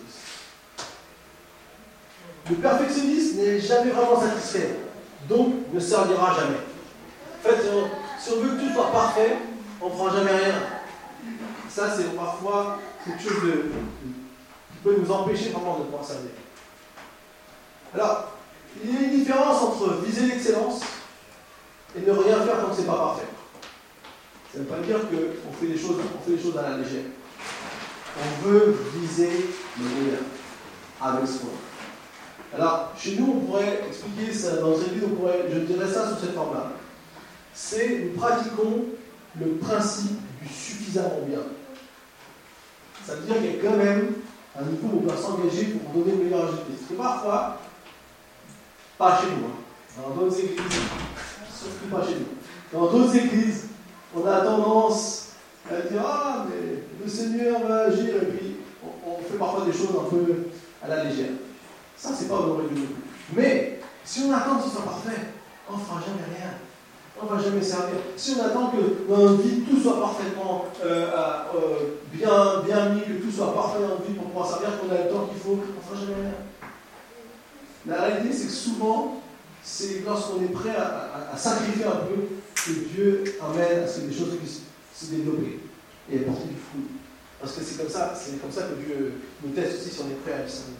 Le perfectionniste n'est jamais vraiment satisfait, donc ne servira jamais. En fait, si on veut que tout soit parfait, on ne fera jamais rien. Ça, c'est parfois quelque chose de, qui peut nous empêcher vraiment de pouvoir servir. Alors, il y a une différence entre viser l'excellence et ne rien faire quand ce n'est pas parfait. Ça ne veut pas dire qu'on fait, des choses, on fait des choses à la légère. On veut viser le meilleur avec ce qu'on a. Alors, chez nous, on pourrait expliquer ça, dans cette vidéo, on pourrait, je dirais ça sous cette forme-là. C'est, nous pratiquons le principe du suffisamment bien. Ça veut dire qu'il y a quand même un niveau où on doit s'engager pour donner le meilleur résultat. Parce que parfois, pas chez nous, hein. Dans d'autres églises, surtout pas chez nous. Dans d'autres églises, on a tendance à dire ah, mais le Seigneur va agir, et puis on, on fait parfois des choses un peu à la légère. Ça, c'est pas honoré de nous. Mais si on attend que ce soit parfait, on ne fera jamais rien. On ne va jamais servir. Si on attend que dans notre vie tout soit parfaitement euh, euh, bien, bien mis, que tout soit parfait dans notre vie pour pouvoir servir, qu'on a le temps qu'il faut, on ne fera jamais rien. La réalité, c'est que souvent, c'est lorsqu'on est prêt à, à, à sacrifier un peu que Dieu amène à ce que les choses puissent se développer et apporter du fruit. Parce que c'est comme ça, c'est comme ça que Dieu nous teste aussi si on est prêt à le servir.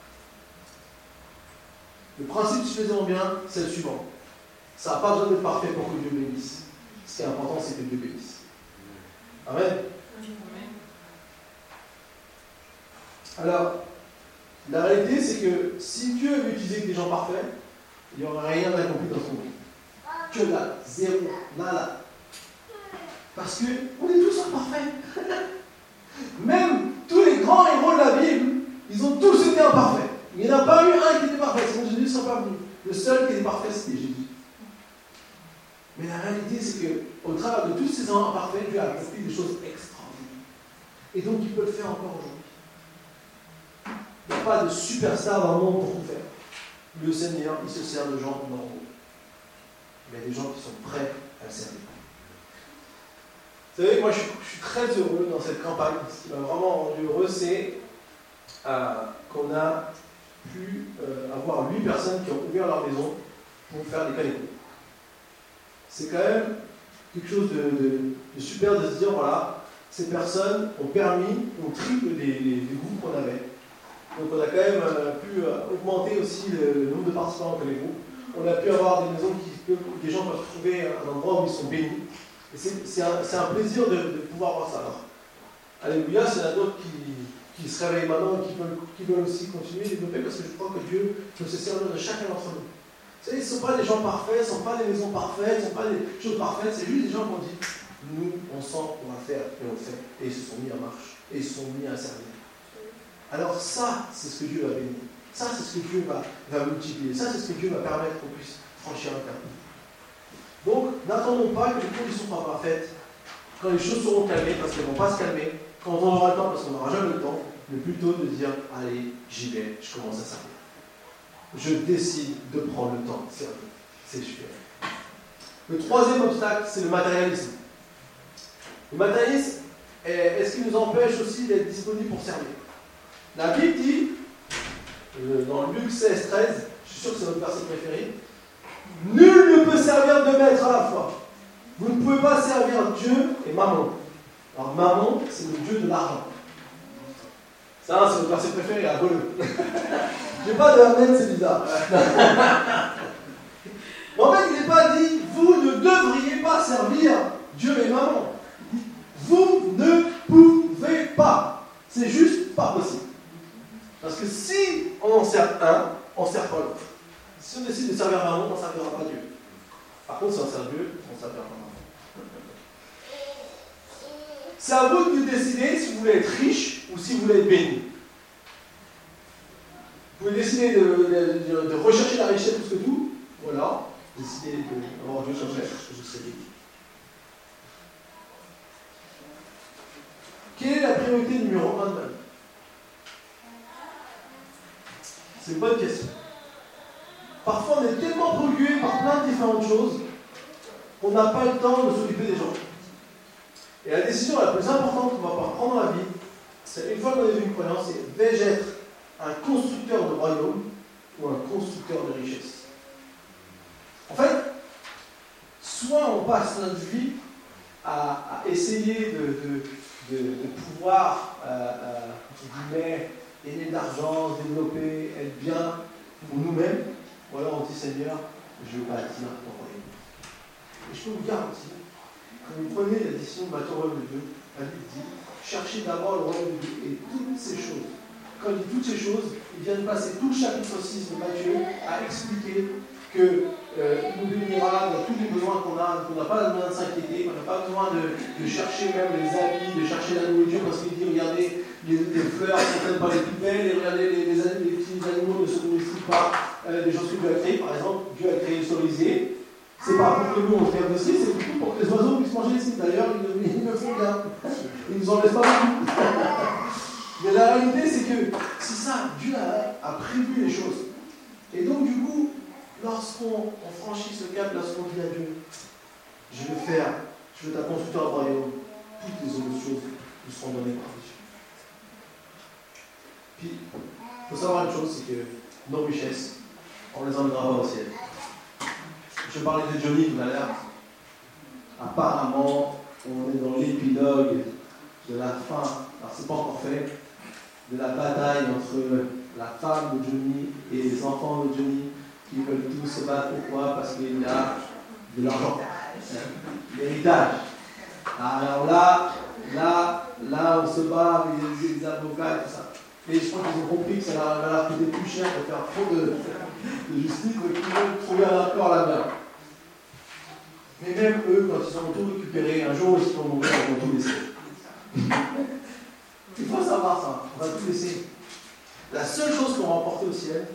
Le principe suffisamment bien, c'est le suivant. Ça n'a pas besoin d'être parfait pour que Dieu bénisse. Ce qui est important, c'est que Dieu bénisse. Amen. Alors, la réalité, c'est que si Dieu veut utiliser des gens parfaits, il n'y aurait rien d'accompli dans son monde. Que là, zéro, nada. Parce qu'on est tous imparfaits. Même tous les grands héros de la Bible, ils ont tous été imparfaits. Il n'y en a pas eu un qui était parfait, sinon Jésus ne serait pas venu. Le seul qui était parfait, c'était Jésus. Mais la réalité, c'est qu'au travers de tous ces gens imparfaits, Dieu a accompli des choses extraordinaires. Et donc, il peut le faire encore aujourd'hui. Il n'y a pas de superstar dans le monde pour tout faire. Le Seigneur, il se sert de gens normaux. Il y a des gens qui sont prêts à le servir. Vous savez, moi, je suis, je suis très heureux dans cette campagne. Ce qui m'a vraiment rendu heureux, c'est euh, qu'on a pu euh, avoir huit personnes qui ont ouvert leur maison pour faire des calécos. C'est quand même quelque chose de, de, de super de se dire, voilà, ces personnes ont permis, ont triple les, les, les groupes qu'on avait. Donc on a quand même euh, pu euh, augmenter aussi le, le nombre de participants que les groupes. On a pu avoir des maisons qui, que les gens peuvent trouver un endroit où ils sont bénis. Et c'est, c'est, un, c'est un plaisir de, de pouvoir voir ça. Alors, alléluia, c'est y en a d'autres qui, qui se réveillent maintenant et qui veulent, qui veulent aussi continuer à développer parce que je crois que Dieu peut se servir de chacun d'entre nous. Vous savez, ce ne sont pas des gens parfaits, ce ne sont pas des maisons parfaites, ce ne sont pas des choses parfaites, c'est juste des gens qui ont dit, nous, on sent qu'on va faire et on fait. Et ils se sont mis en marche, et ils se sont mis à servir. Alors ça, c'est ce que Dieu va bénir. Ça, c'est ce que Dieu va, va multiplier. Ça, c'est ce que Dieu va permettre qu'on puisse franchir un cap. Donc, n'attendons pas que les conditions soient parfaites, quand les choses seront calmées, parce qu'elles ne vont pas se calmer, quand on aura le temps, parce qu'on n'aura jamais le temps, mais plutôt de dire, allez, j'y vais, je commence à servir. Je décide de prendre le temps de servir. C'est super. Le troisième obstacle, c'est le matérialisme. Le matérialisme est, est ce qui nous empêche aussi d'être disponibles pour servir. La Bible dit, dans Luc seize, treize, je suis sûr que c'est votre verset préféré, nul ne peut servir deux maîtres à la fois. Vous ne pouvez pas servir Dieu et Mammon. Alors Mammon, c'est le Dieu de l'argent. Ça, c'est votre verset préféré, à voleux. J'ai pas de amen, c'est bizarre. Mais en fait, il n'est pas dit, vous ne devriez pas servir Dieu et Mammon. Vous ne pouvez pas. C'est juste pas possible. Parce que si on en sert un, on ne sert pas l'autre. Si on décide de servir Mammon, on ne servira pas Dieu. Par contre, si on sert Dieu, on ne servira pas Mammon. C'est à vous de décider si vous voulez être riche ou si vous voulez être béni. Vous pouvez décider de, de, de, de rechercher la richesse plus que tout. Voilà. Décider d'avoir Dieu comme maître, je sais. Quelle est la priorité numéro un de ma vie? C'est une bonne question. Parfois, on est tellement préoccupé par plein de différentes choses qu'on n'a pas le temps de s'occuper des gens. Et la décision la plus importante qu'on va pouvoir prendre dans la vie, c'est une fois qu'on a vu une croyance, c'est vais-je être un constructeur de royaume ou un constructeur de richesse? En fait, soit on passe notre vie à, à essayer de, de, de, de pouvoir euh, euh, guillemets, gagner de l'argent, se développer, être bien pour nous-mêmes, ou alors on dit Seigneur, je veux bâtir ton royaume. Et je peux vous garantir, quand vous prenez la décision de bâtir le royaume de Dieu, la Bible dit cherchez d'abord le royaume de Dieu et toutes ces choses. Quand il dit toutes ces choses, il vient de passer tout le chapitre six de Matthieu à expliquer qu'il euh, nous bénira dans tous les besoins qu'on a, qu'on n'a pas besoin de s'inquiéter, qu'on n'a pas besoin de, de chercher même les habits, de chercher la nourriture, parce qu'il dit regardez, les, les fleurs ne sont peut-être pas les plus belles, et regardez, les, les, les petits animaux ne se nourrissent pas euh, des choses que Dieu a créées. Par exemple, Dieu a créé le cerisier. C'est pas pour que nous on fasse de cerises, c'est plutôt pour que les oiseaux puissent manger les cerises. D'ailleurs, ils, ils le font bien. Ils nous en laissent pas beaucoup. Mais la réalité, c'est que c'est ça, Dieu a, a prévu les choses. Et donc, du coup, lorsqu'on franchit ce cap, lorsqu'on dit à Dieu, je veux faire, je veux ta constructeur de royaume, toutes les autres choses nous seront données par Dieu. Puis, il faut savoir une chose, c'est que nos richesses, on les emmènera pas au ciel. Je parlais de Johnny tout à l'heure. Apparemment, on est dans l'épilogue de la fin, alors c'est pas encore fait, de la bataille entre la femme de Johnny et les enfants de Johnny qui veulent tous se battre. Pourquoi? Parce qu'il y a de l'argent, l'héritage. Alors là, là, là, on se bat avec les, les avocats et tout ça. Et je crois qu'ils ont compris que ça va leur coûter plus cher de faire trop de, de justice, donc ils veulent trouver un accord là-bas. Mais même eux, quand ils ont tout récupéré, un jour ils vont mourir, ils vont tout laisser. Il faut savoir ça, on va tout laisser. La seule chose qu'on va emporter au ciel,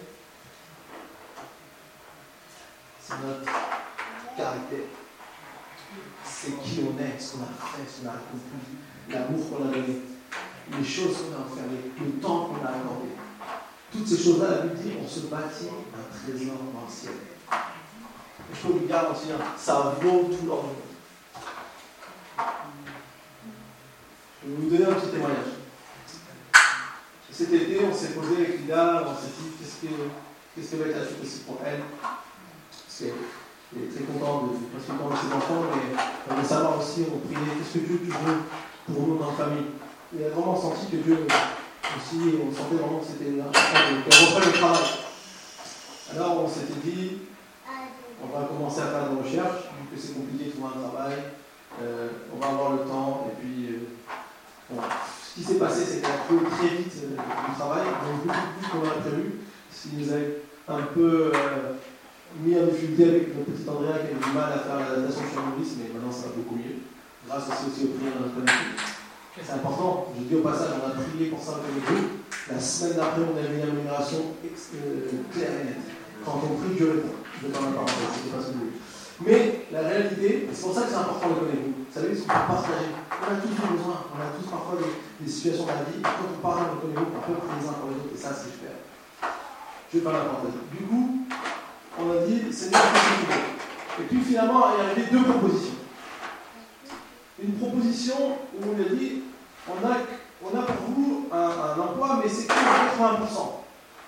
c'est notre caractère. C'est qui on est, ce qu'on a fait, ce qu'on a accompli, l'amour qu'on a donné, les choses qu'on a offert, le temps qu'on a accordé. Toutes ces choses-là, la Bible dit, on se bâtit un trésor dans le ciel. Et je peux vous garantir, ça vaut tout l'or du monde. Je vais vous donner un petit témoignage. Cet été, on s'est posé avec Lida, on s'est dit qu'est-ce que, qu'est-ce que va être la suite aussi pour elle. Parce qu'elle est très contente de passer le temps avec ses enfants, mais on veut savoir aussi, on priait, qu'est-ce que Dieu tu veux pour nous dans la famille. Et elle a vraiment senti que Dieu aussi, on sentait vraiment que c'était important qu'elle reprenne le travail. Alors on s'était dit, on va commencer à faire des recherches, vu que c'est compliqué de trouver un travail, euh, on va avoir le temps, et puis euh, bon, ce qui s'est passé, c'est qu'elle a trouvé très vite euh, du travail, donc beaucoup plus qu'on aurait prévu, ce qui nous a un peu euh, mis en difficulté avec notre petite Andrea qui avait du mal à faire l'adaptation sur Maurice, mais maintenant ça va beaucoup mieux, grâce aussi, aussi au prières de notre famille. C'est important, je dis au passage, on a prié pour ça avec vous. La semaine d'après, on a eu une amélioration euh, claire et nette. Quand on prie, Dieu répond. Je ne vais pas en parler, c'était pas ce que je voulais. Mais la réalité, c'est pour ça que c'est important de connaître vous. Vous savez, ce qu'on peut partager. On a tous des besoins, on a tous parfois des, des situations dans la vie. Quand on parle de connaître vous, on peut prier les uns pour les autres, et ça, c'est super. Je ne vais pas la partager. Du coup, on a dit, Seigneur, qu'est-ce que tu veux? Et puis finalement, il y a arrivé deux propositions. Une proposition où on a dit, on a, on a pour vous un, un emploi, mais c'est que quatre-vingts pour cent.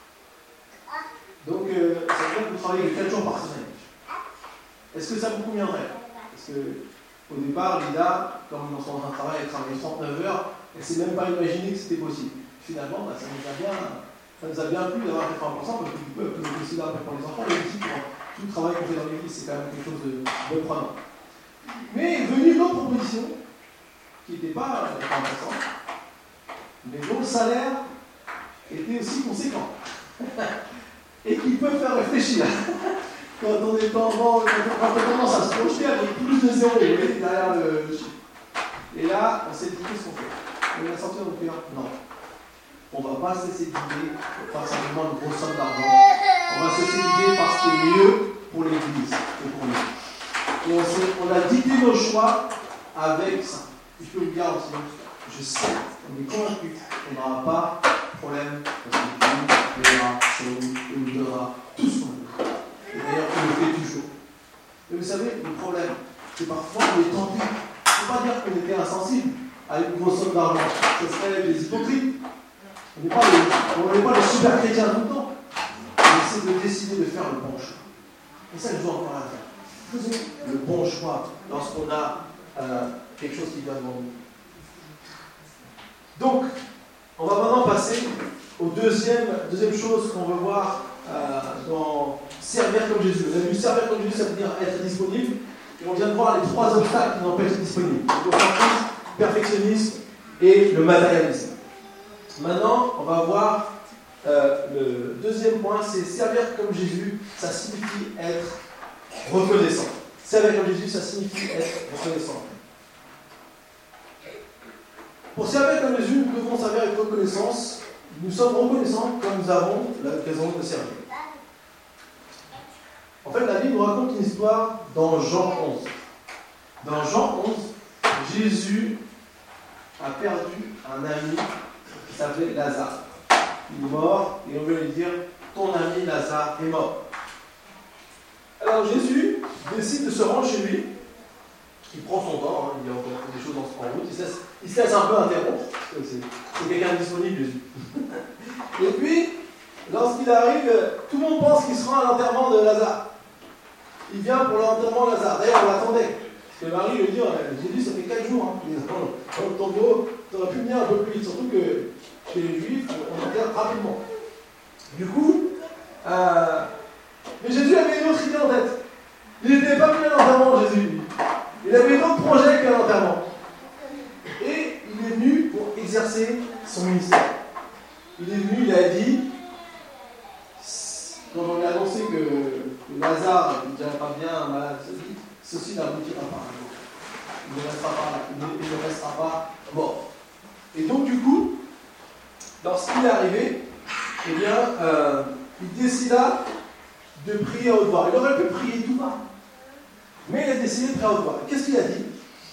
Donc, euh, ça veut dire que vous travaillez quatre jours par semaine. Est-ce que ça vous conviendrait? Parce qu'au départ, Lida, quand nous lançons un travail, elle travaillait trente-neuf heures, elle ne s'est même pas imaginé que c'était possible. Finalement, bah, ça, nous a bien, ça nous a bien plu d'avoir quatre-vingts pour cent, parce que du coup, elle peut aussi là pour les enfants, mais aussi pour tout le travail qu'on fait dans l'église, c'est quand même quelque chose de, de prenant. Mais est venue une autre proposition, qui n'était pas intéressante, mais dont le salaire était aussi conséquent. Et qui peut faire réfléchir. Quand on est tendance, quand on commence à se projeter avec plus de zéro, vous voyez, derrière le chiffre. Et là, on s'est dit, qu'est-ce qu'on fait? On a sorti dans le cœur, non. On ne va pas se laisser guider par simplement besoin de grosses sommes d'argent. On va se laisser guider par ce qui est mieux pour l'Église et pour nous. Et on, s'est, on a dicté nos choix avec ça. Je peux le dire aussi, je sais, on est convaincu qu'on n'aura pas de problème parce que Dieu verra sur nous et nous donnera tout ce qu'on veut. Et d'ailleurs, il le fait toujours. Mais vous savez, le problème, c'est parfois on est tenté. Il ne faut pas dire qu'on était insensible à une grosse somme d'argent. Ce serait des hypocrites. On n'est pas, pas les super chrétiens tout le temps. On essaie de décider de faire le bon choix. Et ça, je dois encore à faire. Faisons le bon choix lorsqu'on a euh, quelque chose qui vient devant nous. Donc, on va maintenant passer aux deuxième, deuxième chose qu'on veut voir euh, dans servir comme Jésus. Vous avez vu, servir comme Jésus, ça veut dire être disponible. Et on vient de voir les trois obstacles qui n'empêchent d'être disponible. Le perfectionnisme et le matérialisme. Maintenant, on va voir euh, le deuxième point, c'est servir comme Jésus, ça signifie être reconnaissant. Servir comme Jésus, ça signifie être reconnaissant. Pour servir comme Jésus, nous devons servir avec reconnaissance. Nous sommes reconnaissants quand nous avons l'occasion de servir. En fait, la Bible nous raconte une histoire dans Jean onze. Dans Jean onze, Jésus a perdu un ami qui s'appelait Lazare. Il est mort et on veut lui dire « Ton ami Lazare est mort ». Alors Jésus décide de se rendre chez lui. Il prend son temps, hein, il y a encore des choses en route, il se laisse, il se laisse un peu interrompre, parce que c'est, c'est quelqu'un de disponible, Jésus. Et puis, lorsqu'il arrive, tout le monde pense qu'il sera à l'enterrement de Lazare. Il vient pour l'enterrement de Lazare. D'ailleurs, on l'attendait. Parce que Marie lui dit, Jésus, ça fait quatre jours, hein. Dans ton bureau, tu aurais pu venir un peu plus vite, surtout que chez les Juifs, on enterre rapidement. Du coup, euh, mais Jésus avait une autre idée en tête. Il n'était pas venu à l'enterrement, Jésus. Il avait d'autres projets qu'à l'enterrement. Et il est venu pour exercer son ministère. Il est venu, il a dit, quand on lui a annoncé que Lazare ne dirait pas bien, malade, ceci n'aboutira pas. Il ne restera pas, il ne, il ne restera pas mort. Et donc, du coup, lorsqu'il est arrivé, eh bien, euh, il décida de prier à haute voix. Il aurait pu prier tout bas. Mais il a décidé de prier à haute voix. Qu'est-ce qu'il a dit?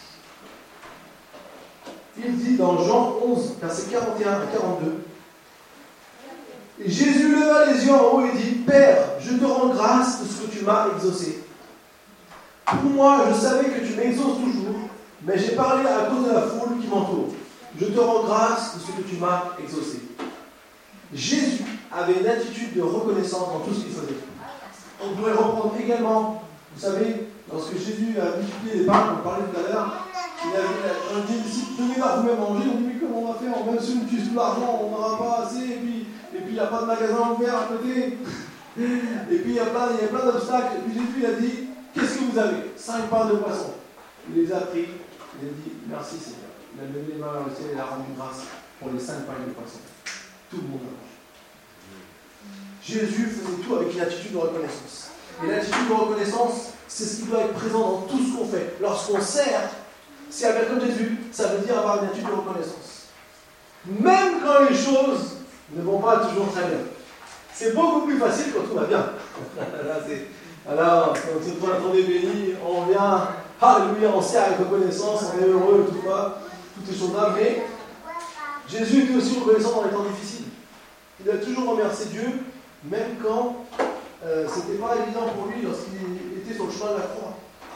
Il dit dans Jean onze, versets quarante et un à quarante-deux, et Jésus leva les yeux en haut et dit, Père, je te rends grâce de ce que tu m'as exaucé. Pour moi, je savais que tu m'exauces toujours, mais j'ai parlé à cause de la foule qui m'entoure. Je te rends grâce de ce que tu m'as exaucé. Jésus avait une attitude de reconnaissance dans tout ce qu'il faisait. On pourrait reprendre également, vous savez, lorsque Jésus a multiplié les pains, on parlait tout à l'heure, il a dit, les disciples, donnez-leur vous-même à manger. On dit, mais comment on va faire? Même si on utilise tout l'argent, on n'aura pas assez, et puis et puis il n'y a pas de magasin ouvert à côté, et puis il y a plein, il y a plein d'obstacles. Et puis Jésus il a dit, qu'est-ce que vous avez? Cinq pains de poisson. Il les a pris, il a dit, merci Seigneur. Il a levé les mains vers le ciel et il a rendu grâce pour les cinq pains de poisson. Tout le monde a mangé. Jésus faisait tout avec une attitude de reconnaissance. Et l'attitude de reconnaissance, c'est ce qui doit être présent dans tout ce qu'on fait. Lorsqu'on sert, servir comme Jésus, ça veut dire avoir une attitude de reconnaissance. Même quand les choses ne vont pas toujours très bien. C'est beaucoup plus facile quand tout va bien. Là, c'est, alors, quand tout le monde est béni, on vient, alléluia, on sert avec reconnaissance, on est heureux, tout ça, toutes ces choses-là. Mais Jésus était aussi reconnaissant dans les temps difficiles. Il a toujours remercié Dieu, même quand euh, c'était pas évident pour lui lorsqu'il était sur le chemin de la croix.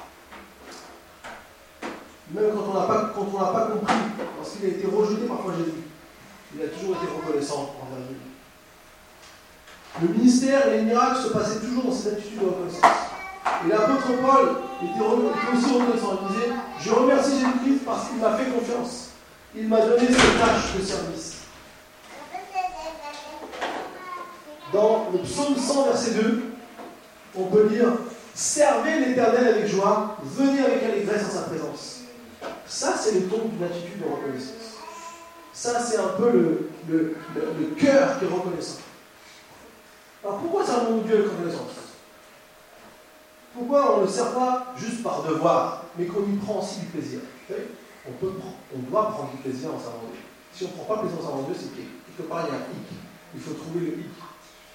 Même quand on n'a pas, quand on n'a pas compris, lorsqu'il a été rejeté parfois Jésus, il a toujours été reconnaissant envers Dieu. Le ministère et les miracles se passaient toujours dans cette attitude de reconnaissance. Et l'apôtre Paul était, était aussi reconnaissant. Il disait, je remercie Jésus-Christ parce qu'il m'a fait confiance. Il m'a donné cette tâche de service. Dans le psaume cent, verset deux, on peut lire, servez l'Éternel avec joie, venez avec allégresse en sa présence. Ça, c'est le ton d'une attitude de reconnaissance. Ça, c'est un peu le, le, le, le cœur qui est reconnaissant. Alors, pourquoi servons-nous Dieu avec reconnaissance? Pourquoi on ne le sert pas juste par devoir, mais qu'on y prend aussi du plaisir? Vous savez, on, peut, on doit prendre du plaisir en servant Dieu. Si on ne prend pas plaisir en servant Dieu, c'est que quelque part, il y a un hic. Il faut trouver le hic.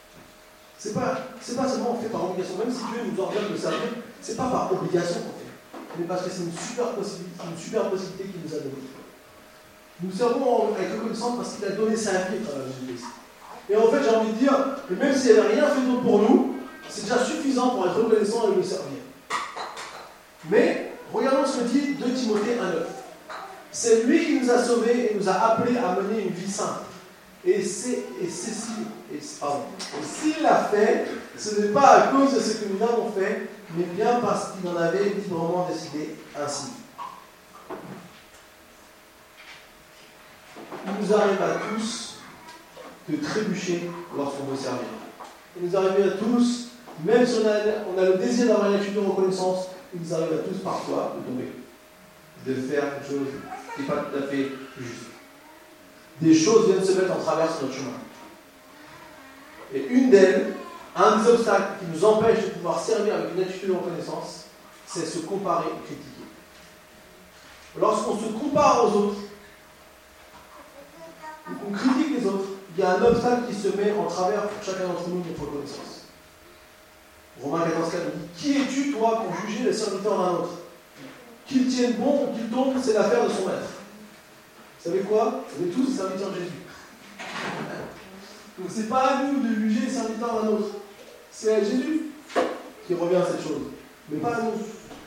C'est pas, c'est pas seulement fait par obligation, même si Dieu nous ordonne de servir, c'est pas par obligation qu'on fait, mais parce que c'est une super possibilité, une super possibilité qu'il nous a donnée. Nous servons avec reconnaissance parce qu'il a donné sa vie à travers Jésus-Christ. Et en fait, j'ai envie de dire que même s'il n'avait rien fait d'autre pour nous, c'est déjà suffisant pour être reconnaissant et le servir. Mais, regardons ce que dit deux Timothée un neuf. C'est lui qui nous a sauvés et nous a appelés à mener une vie sainte. Et c'est, et c'est si, et, pardon, et s'il l'a fait, ce n'est pas à cause de ce que nous avons fait, mais bien parce qu'il en avait librement décidé ainsi. Il nous arrive à tous de trébucher lorsqu'on veut servir. Il nous arrive à tous, même si on a, on a le désir d'avoir une attitude de reconnaissance, il nous arrive à tous parfois de tomber, de faire quelque chose qui n'est pas tout à fait juste. Des choses viennent se mettre en travers sur notre chemin. Et une d'elles, un des obstacles qui nous empêche de pouvoir servir avec une attitude de reconnaissance, c'est se comparer et critiquer. Lorsqu'on se compare aux autres, ou qu'on critique les autres, il y a un obstacle qui se met en travers pour chacun d'entre nous de notre reconnaissance. Romains quatorze quatre nous dit « Qui es-tu, toi, pour juger les serviteurs d'un autre ? Qu'il tienne bon ou qu'il tombe, c'est l'affaire de son maître. » Vous savez quoi ? On est tous des serviteurs de Jésus. Donc c'est pas à nous de juger les serviteurs d'un autre. C'est à Jésus qui revient à cette chose, mais pas à nous.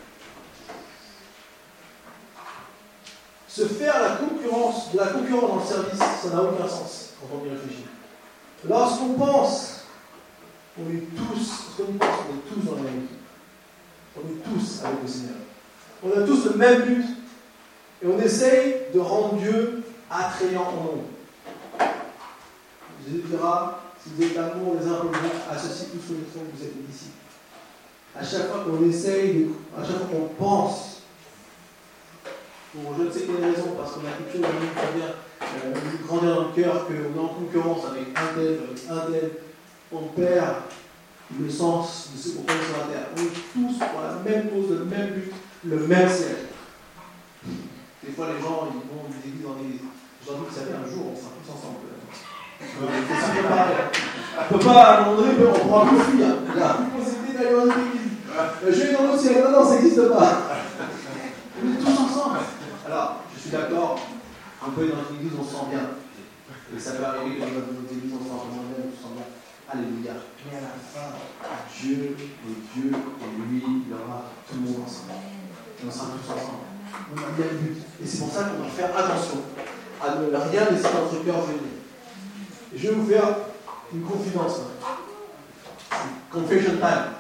Se faire la concurrence, de la concurrence dans le service, ça n'a aucun sens quand on y réfléchit. Lorsqu'on pense, on est tous, parce qu'on y pense, on est tous dans la même équipe. On est tous avec le Seigneur. On a tous le même but. Et on essaye de rendre Dieu attrayant en nous. Jésus dira, si vous êtes l'amour les uns pour les autres, associez tous ceux qui font que vous êtes des disciples. À chaque fois qu'on essaye, de, à chaque fois qu'on pense, pour je ne sais quelle raison, parce qu'on a quelque chose à nous qui vient euh, nous grandir dans le cœur, qu'on est en concurrence avec un tel, un tel, on perd le sens de ce qu'on fait sur la terre. On est tous pour la même cause, le même but, le même ciel. Des fois, les gens, ils vont des églises en église. Je leur dis, vous savez, un jour, on sera tous ensemble. On ne peut pas, à un moment donné, on pourra plus fuir. Il n'y a plus de possibilité d'aller dans une église. Je vais dans l'autre ciel. Non, non, ça n'existe pas. On est tous ensemble. Alors, je suis d'accord, on peut aller dans une église, on se sent bien. Et ça peut arriver que dans notre église, on se sent vraiment bien, on se sent bien. Alléluia. Mais à la fin, Dieu est Dieu, et lui, il y aura tout le monde ensemble. Et on sera tous ensemble. On a bien le but. Et c'est pour ça qu'on doit faire attention à ne rien laisser notre cœur venir. Et je vais vous faire une confidence. Confession time.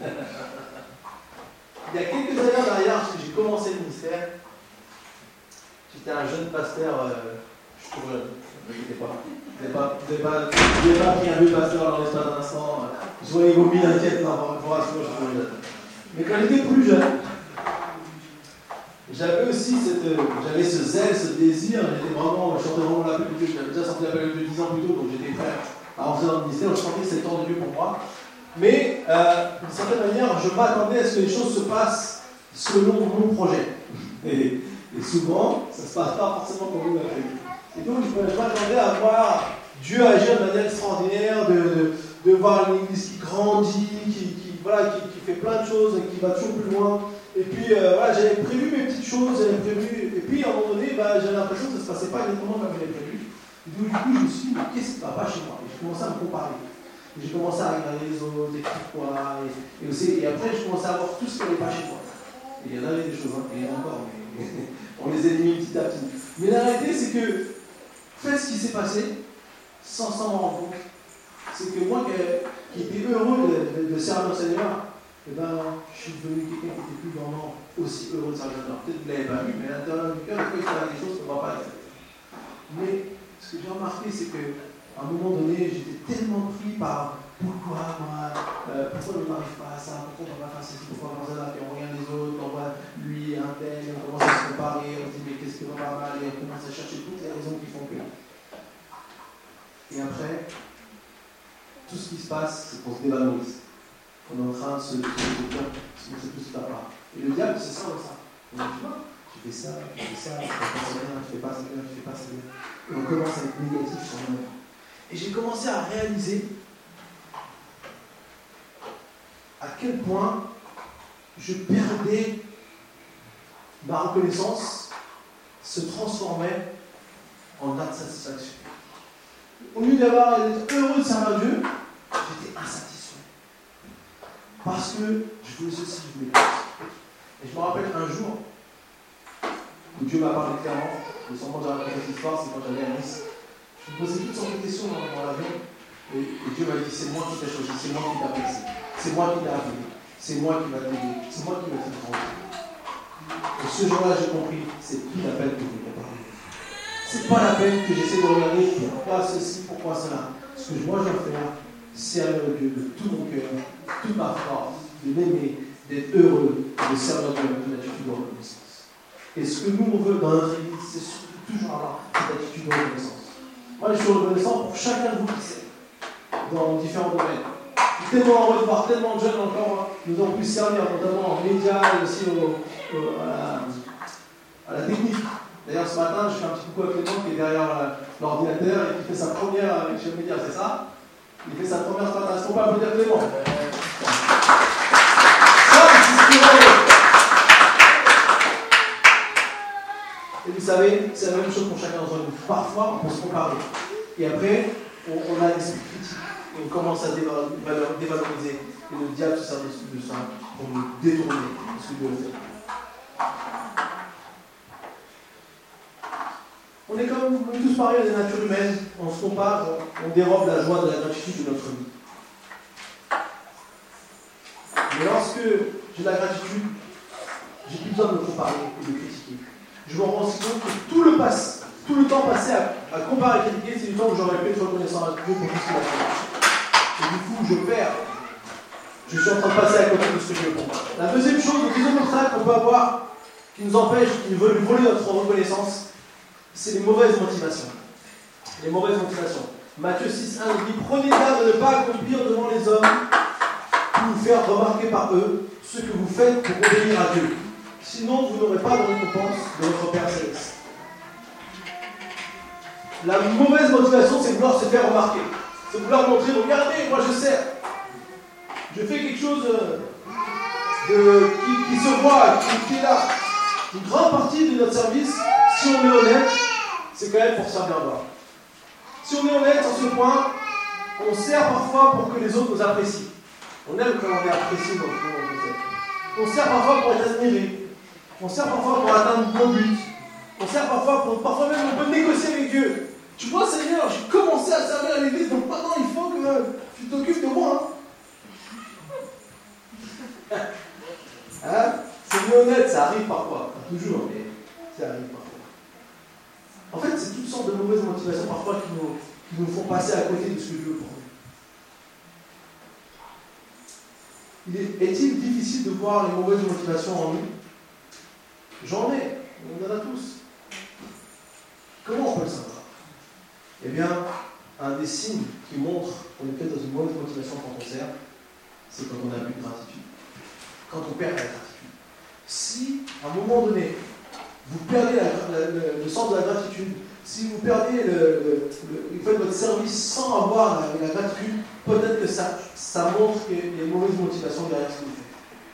Il y a quelques années en arrière, lorsque j'ai commencé le ministère, j'étais un jeune pasteur, euh, je suis trop jeune, ne vous inquiétez pas. Vous n'avez pas, pas, pas pris un vieux pasteur dans l'espace d'un instant. Je voyais vos mille inquiètes, non, pour rassurer, je suis trop jeune. Mais quand j'étais plus jeune, j'avais aussi cette, j'avais ce zèle, ce désir, j'étais vraiment, je sentais vraiment l'appel de Dieu, j'avais déjà senti l'appel de Dieu dix ans plus tôt, donc j'étais prêt à entrer dans le ministère, je sentais que c'était le temps de Dieu pour moi. Mais euh, d'une certaine manière, je m'attendais à ce que les choses se passent selon mon projet. Et, et souvent, ça ne se passe pas forcément comme vous l'avez prévu. Et donc, je m'attendais à voir Dieu agir de manière extraordinaire, de, de, de voir une église qui grandit, qui, qui, voilà, qui, qui fait plein de choses et qui va toujours plus loin. Et puis, euh, voilà, j'avais prévu mes petites choses, j'avais prévu. Et puis, à un moment donné, bah, j'avais l'impression que ça ne se passait pas exactement comme j'avais prévu. Et donc, du coup, je me suis dit, mais qu'est-ce qui ne va pas chez moi? Et j'ai commencé à me comparer. Et j'ai commencé à regarder les autres, les petits poids. Et, et, aussi, et après, je commençais à voir tout ce qui n'allait pas chez moi. Et il y en avait des choses, hein, et il y en a encore, mais on les élimine petit à petit. Mais la réalité, c'est que, faites ce qui s'est passé, sans s'en rendre compte, c'est que moi qui, qui étais heureux de, de, de servir le Seigneur, eh ben, je suis devenu quelqu'un qui était plus vraiment aussi heureux de servir le Seigneur. Peut-être que vous ne l'avez pas vu, mais à l'intérieur du cœur, des fois, il se passe des choses qu'on ne va pas faire. Mais ce que j'ai remarqué, c'est qu'à un moment donné, j'étais tellement pris par pourquoi moi, euh, pourquoi je n'arrive pas à ça, pourquoi on ne va pas faire ceci, pourquoi on va faire ça, puis on regarde les autres, on voit lui, un tel, on commence à se comparer, on se dit mais qu'est-ce qui va pas mal, et on commence à chercher toutes les raisons qui font que. Et après, tout ce qui se passe, c'est qu'on se dévalorise. On est en train de se dire, on sait tout ce qui va pas. Et le diable, c'est ça ou ça. On dit, tu vois, tu fais ça, tu fais ça, tu fais pas ça bien, tu fais pas ça bien, tu fais pas ça bien. Et on commence à être négatif sur nous-mêmes. Et j'ai commencé à réaliser quel point je perdais ma reconnaissance, se transformait en insatisfaction. Au lieu d'avoir d'être heureux de servir Dieu, j'étais insatisfait. Parce que je voulais ceci, je voulais plus. Et je me rappelle un jour où Dieu m'a parlé clairement, et sûrement j'ai raconté cette histoire, c'est quand j'allais à Nice. Je me posais toutes sortes de questions dans, dans l'avion, et, et Dieu m'a dit, c'est moi qui t'ai choisi, c'est moi qui t'ai appelé, c'est moi qui t'ai appelé, c'est moi qui va t'aider, c'est moi qui va te grandir. Et ce jour-là, j'ai compris, c'est plus la peine que je me parler. C'est pas la peine que j'essaie de regarder pourquoi ceci, pourquoi cela. Ce que moi je dois faire, c'est servir Dieu de tout mon cœur, de toute ma force, de l'aimer, d'être heureux, de servir Dieu avec une attitude de reconnaissance. Et ce que nous on veut dans notre église, c'est surtout toujours avoir cette attitude de reconnaissance. Moi, je suis reconnaissant pour chacun de vous qui sait, dans différents domaines. Je suis tellement heureux de voir tellement de jeunes encore, nous avons pu servir, notamment en médias et aussi au, au, à, la, à la technique. D'ailleurs, ce matin, je fais un petit coucou à Clément qui est derrière euh, l'ordinateur et qui fait sa première avec chez Média, c'est ça? Il fait sa première ce matin. Est-ce qu'on peut applaudir Clément? Ça, c'est ce qu'il veut. Et vous savez, c'est la même chose pour chacun d'entre nous. Parfois, on peut se comparer. Et après, on, on a l'esprit critique. Et on commence à dévaloriser. Et le diable se sert de ça pour nous détourner de ce que Dieu veut faire. On est comme on est tous pareils à la nature humaine, on se compare, on, on dérobe la joie de la gratitude de notre vie. Mais lorsque j'ai de la gratitude, j'ai plus besoin de me comparer et de critiquer. Je me rends aussi compte que tout le, passe, tout le temps passé à, à comparer et critiquer, c'est du temps où j'aurais pu être reconnaissant à Dieu pour tout ce qu'il a fait. Et du coup, je perds. Je suis en train de passer à côté de ce que je veux comprendre. La deuxième chose, le deuxième obstacle qu'on peut avoir, qui nous empêche, qui veut voler notre reconnaissance, c'est les mauvaises motivations. Les mauvaises motivations. Matthieu six, un dit « Prenez garde de ne pas accomplir devant les hommes pour vous faire remarquer par eux ce que vous faites pour obéir à Dieu. Sinon, vous n'aurez pas de récompense de votre Père Céleste. » La mauvaise motivation, c'est vouloir se faire remarquer. C'est vouloir montrer « Regardez, moi je sers. Je fais quelque chose de, qui, qui se voit, qui, qui est là. » Une grande partie de notre service, si on est honnête, c'est quand même pour servir Dieu. Si on est honnête sur ce point, on sert parfois pour que les autres nous apprécient. On aime quand on est apprécié dans le fond. On sert parfois pour être admiré. On sert parfois pour atteindre nos buts. On sert parfois pour... Parfois même on peut négocier avec Dieu. Tu vois Seigneur, j'ai commencé à servir à l'église, donc maintenant il faut que tu t'occupes de moi. Hein, hein? C'est honnête, ça arrive parfois. Pas toujours, mais ça arrive parfois. En fait, c'est toutes sortes de mauvaises motivations parfois qui nous, qui nous font passer à côté de ce que Dieu veut pour nous. Il est, est-il difficile de voir les mauvaises motivations en nous? J'en ai, on en a tous. Comment on peut le savoir? Eh bien, un des signes qui montre qu'on est peut-être dans une mauvaise motivation quand on sert, c'est quand on n'a plus de gratitude. Quand on perd la gratitude. Si, à un moment donné, vous perdez la, la, le, le sens de la gratitude, si vous perdez le, le, le, vous faites votre service sans avoir la, la gratitude, peut-être que ça, ça montre qu'il y a une mauvaise motivation derrière ce que vous faites.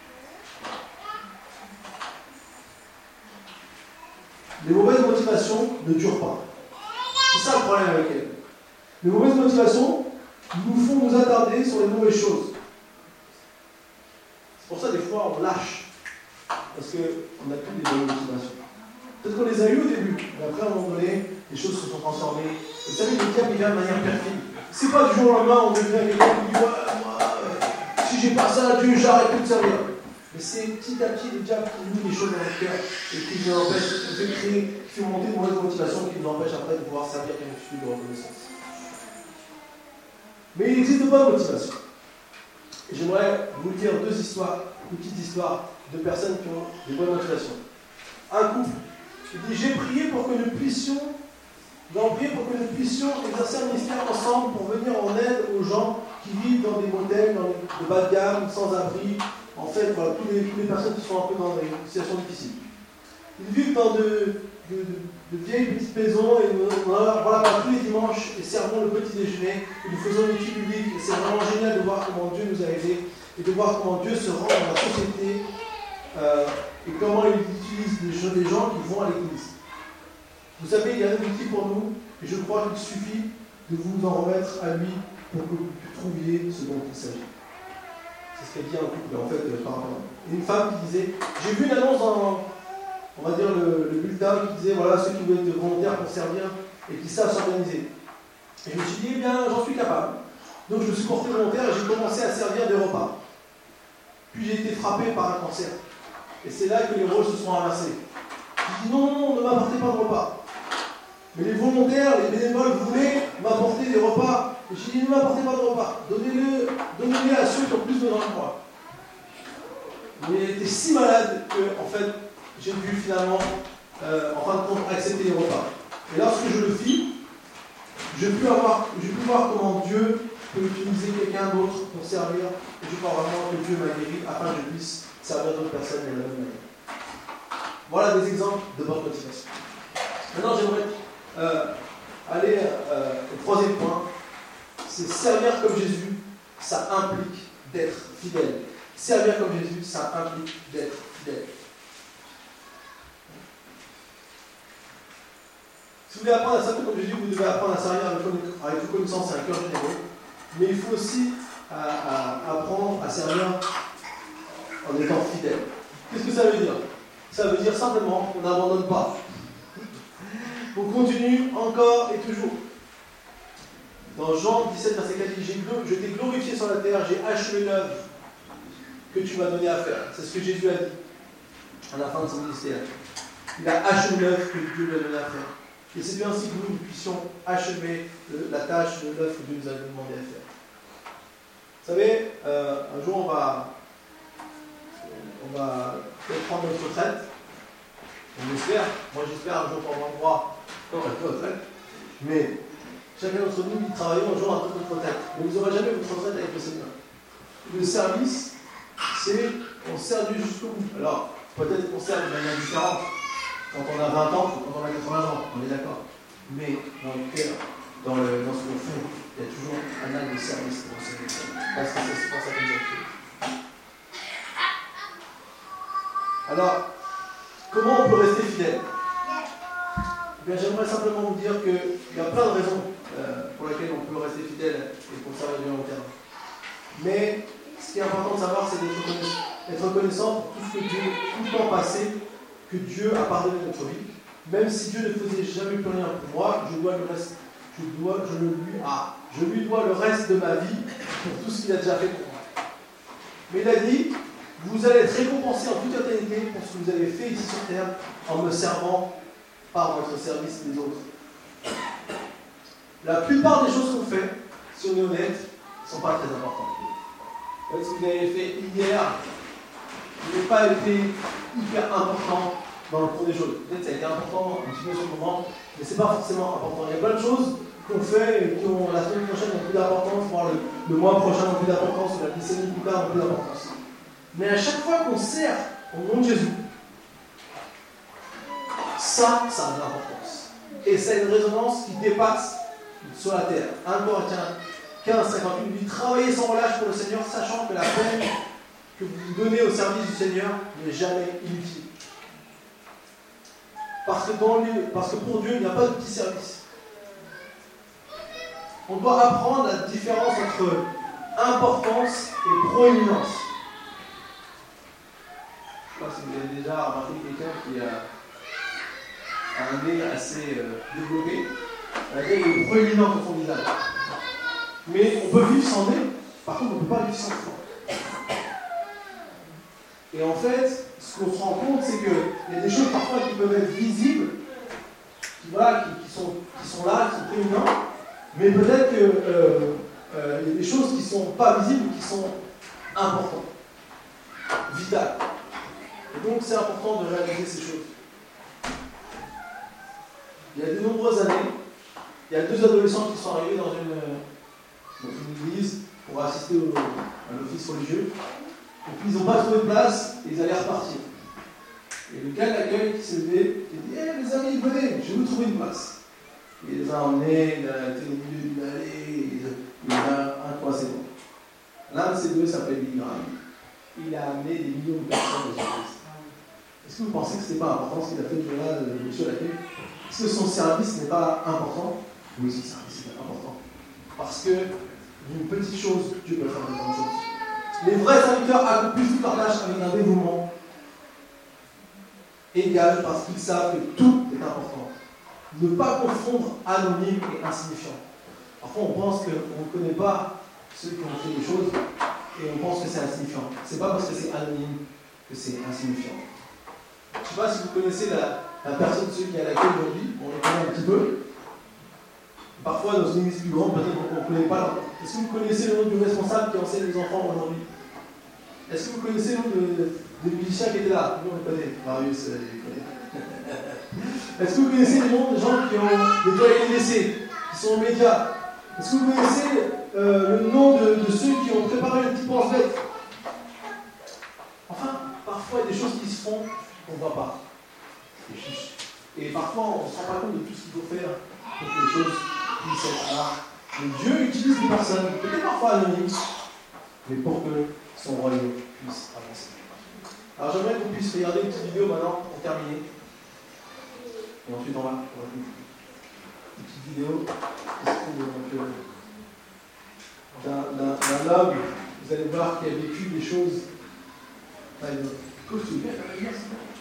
Les mauvaises motivations ne durent pas. C'est ça le problème avec elles. Les mauvaises motivations nous font nous attarder sur les mauvaises choses. C'est pour ça des fois on lâche. Parce qu'on n'a plus des bonnes motivations. Peut-être qu'on les a eues au début, mais après, à un moment donné, les choses se sont transformées. Vous savez, le diable, il vient de manière perfide. C'est pas du jour au lendemain, on devient quelqu'un qui dit ouais, moi, euh, si j'ai pas ça à Dieu, j'arrête de servir. Mais c'est petit à petit le diable qui nous met des choses dans notre cœur et qui nous empêche, qui fait créer, qui fait monter de mauvaises motivations, qui nous empêche après de pouvoir servir avec une attitude de reconnaissance. Mais il existe de bonnes motivations. Et j'aimerais vous dire deux histoires, une petite histoire de personnes qui ont des bonnes motivations. Un couple, il dit, j'ai prié pour que nous puissions, nous avons prié pour que nous puissions exercer un ministère ensemble pour venir en aide aux gens qui vivent dans des motels, dans de bas de gamme, sans abri. En fait, voilà, toutes les, toutes les personnes qui sont un peu dans des situations difficiles. Ils vivent dans de, de, de, de vieilles petites maisons et nous, voilà, voilà, tous les dimanches et servons le petit déjeuner et nous faisons une étude biblique. Et c'est vraiment génial de voir comment Dieu nous a aidés et de voir comment Dieu se rend dans la société euh, et comment il utilise des, des gens qui vont à l'église. Vous savez, il y a un outil pour nous et je crois qu'il suffit de vous en remettre à lui pour que vous trouviez ce dont il s'agit. C'est ce qu'elle dit un couple, en fait, euh, par rapport. Et une femme qui disait, j'ai vu une annonce dans, on va dire, le, le bulletin qui disait, voilà, ceux qui veulent être volontaires pour servir et qui savent s'organiser. Et je me suis dit, eh bien, j'en suis capable. Donc je me suis porté volontaire et j'ai commencé à servir des repas. Puis j'ai été frappé par un cancer. Et c'est là que les rôles se sont inversés. J'ai dit, non, non, ne m'apportez pas de repas. Mais les volontaires, les bénévoles voulaient m'apporter des repas. Et j'ai dit, ne m'apportez pas de repas. Donnez-le, donnez-les à ceux qui ont plus besoin de moi. Mais il était si malade que, en fait, j'ai dû finalement, euh, en fin de compte, accepter les repas. Et lorsque je le fis, j'ai pu, avoir, j'ai pu voir comment Dieu peut utiliser quelqu'un d'autre pour servir. Et je crois vraiment que Dieu m'a guéri afin que je puisse servir d'autres personnes de la même manière. Voilà des exemples de bonne motivation. Maintenant, j'aimerais euh, aller euh, au troisième point. C'est servir comme Jésus, ça implique d'être fidèle. Servir comme Jésus, ça implique d'être fidèle. Si vous voulez apprendre à servir comme Jésus, vous devez apprendre à servir avec reconnaissance et un cœur généreux. Mais il faut aussi à, à, apprendre à servir en étant fidèle. Qu'est-ce que ça veut dire? Ça veut dire simplement qu'on n'abandonne pas. On continue encore et toujours. Dans Jean dix-sept, verset quatre, il dit, je t'ai glorifié sur la terre, j'ai achevé l'œuvre que tu m'as donné à faire. C'est ce que Jésus a dit à la fin de son ministère. Il a achevé l'œuvre que Dieu lui a donné à faire. Et c'est bien ainsi que nous, nous puissions achever la tâche de l'œuvre que Dieu nous a demandé à faire. Vous savez, euh, un jour on va, on va peut-être prendre notre retraite. On espère. Moi j'espère un jour prendre un droit dans notre retraite. Mais chacun d'entre nous, qui travaillons un jour à notre retraite. Mais vous n'aurez jamais votre retraite avec le Seigneur. Le service, c'est on sert Dieu jusqu'au bout. Alors, peut-être qu'on sert de manière différente. Quand on a vingt ans, quand on a quatre-vingts ans, on est d'accord. Mais dans le cœur, dans, le, dans ce qu'on fait, il y a toujours un acte de service pour le Seigneur. Parce que c'est pour ça qu'on nous a fait. Alors, comment on peut rester fidèle? Eh bien, j'aimerais simplement vous dire qu'il y a plein de raisons euh, pour lesquelles on peut rester fidèle et pour servir du long terme. Mais ce qui est important de savoir, c'est d'être reconnaissant, être reconnaissant pour tout ce que Dieu, tout le temps passé, que Dieu a pardonné notre vie. Même si Dieu ne faisait jamais plus rien pour moi, je dois le reste, je dois, je le lui, ah, je lui dois le reste de ma vie pour tout ce qu'il a déjà fait pour moi. Mais il a dit, vous allez être récompensés en toute éternité pour ce que vous avez fait ici sur terre en me servant par votre service des autres. La plupart des choses qu'on fait, si on est honnête, ne sont pas très importantes. Ce que vous avez fait hier n'a pas été hyper important dans le cours des choses. Peut-être que ça a été important un petit peu sur le moment, mais ce n'est pas forcément important. Il y a plein de choses qu'on fait et qui ont la semaine prochaine ont plus d'importance, voire le, le mois prochain ont plus d'importance, ou la décennie plus tard ont plus d'importance. Mais à chaque fois qu'on sert au nom de Jésus, ça, ça a de l'importance. Et c'est une résonance qui dépasse sur la terre. un Corinthiens quinze, cinquante-huit dit travaillez sans relâche pour le Seigneur, sachant que la peine que vous donnez au service du Seigneur n'est jamais inutile. Parce que, dans les, parce que pour Dieu, il n'y a pas de petit service. On doit apprendre la différence entre importance et proéminence. Je ne sais pas si vous avez déjà remarqué quelqu'un qui a un nez assez euh, développé, avec une proéminence dans son visage. Mais on peut vivre sans nez, par contre on ne peut pas vivre sans foi. Et en fait, ce qu'on se rend compte, c'est qu'il y a des choses parfois qui peuvent être visibles, qui, voilà, qui, qui, sont, qui sont là, qui sont prééminentes, mais peut-être qu'il euh, euh, y a des choses qui ne sont pas visibles, qui sont importantes, vitales. Et donc c'est important de réaliser ces choses. Il y a de nombreuses années, il y a deux adolescents qui sont arrivés dans une, dans une église pour assister au, à l'office religieux. Et puis ils n'ont pas trouvé de place et ils allaient repartir. Et le gars de l'accueil qui s'est levé, qui dit hey, les amis, venez, je vais vous trouver une place. Il les a emmenés, il a été au milieu d'une allée, il a un croisement. L'un de ces deux s'appelle Billy Graham. Il a amené des millions de personnes à Jésus-Christ. Est-ce que vous pensez que ce n'est pas important ce qu'il a fait le journal de monsieur l'accueil? Est-ce que son service n'est pas important? Oui, son service est important. Parce que d'une petite chose, Dieu peut faire de grandes choses. Les vrais serviteurs accomplissent toute leur tâche avec un dévouement égal parce qu'ils savent que tout est important. Ne pas confondre anonyme et insignifiant. Parfois, on pense qu'on ne connaît pas ceux qui ont fait les choses et on pense que c'est insignifiant. Ce n'est pas parce que c'est anonyme que c'est insignifiant. Je ne sais pas si vous connaissez la, la personne, celui qui est à l'accueil aujourd'hui, on le connaît un petit peu. Parfois, dans une église plus grande, peut-être qu'on ne connaît pas. Est-ce que vous connaissez le nom du responsable qui enseigne les enfants aujourd'hui? Est-ce que vous connaissez le nom de, de musicien qui était là? Nous, on le connaît. Marius, il le connaît. Est-ce que vous connaissez le nom des gens qui ont déjà été laissés, qui sont aux médias? Est-ce que vous connaissez euh, le nom de, de ceux qui ont préparé le petit pense-bête? Enfin, parfois, il y a des choses qui se font qu'on ne voit pas. Et parfois, on ne se rend pas compte de tout ce qu'il faut faire pour que les choses puissent être là. Mais Dieu utilise des personnes, peut-être parfois anonymes, mais pour que son royaume puisse avancer. Alors j'aimerais qu'on puisse regarder une petite vidéo maintenant pour terminer. Et ensuite on va voir une petite vidéo d'un, d'un, d'un homme, vous allez voir, qui a vécu des choses. Enfin, il faut se souvenir, ça va bien, c'est bon.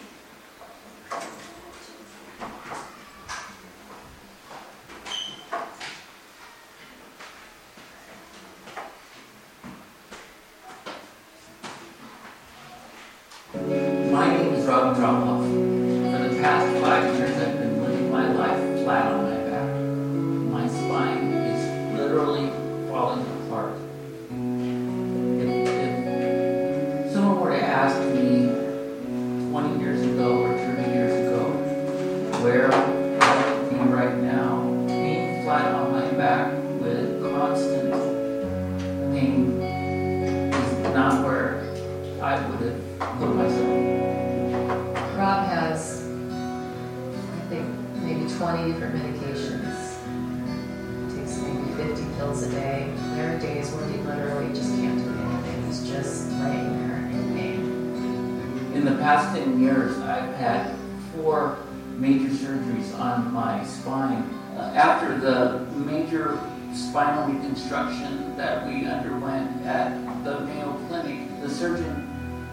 My name is Rob Dropoff. For the past five years, I've been living my life flat on my back. My spine is literally falling apart. If, if someone were to ask me twenty years ago or thirty years ago where I would be right now, being flat on my back with constant pain is not where I would have put myself. Rob has, I think, maybe twenty different medications. Takes maybe fifty pills a day. There are days where he literally just can't do anything. He's just laying there in pain. In the past ten years, I've had four major surgeries on my spine. Uh, after the major spinal reconstruction that we underwent at the Mayo Clinic, the surgeon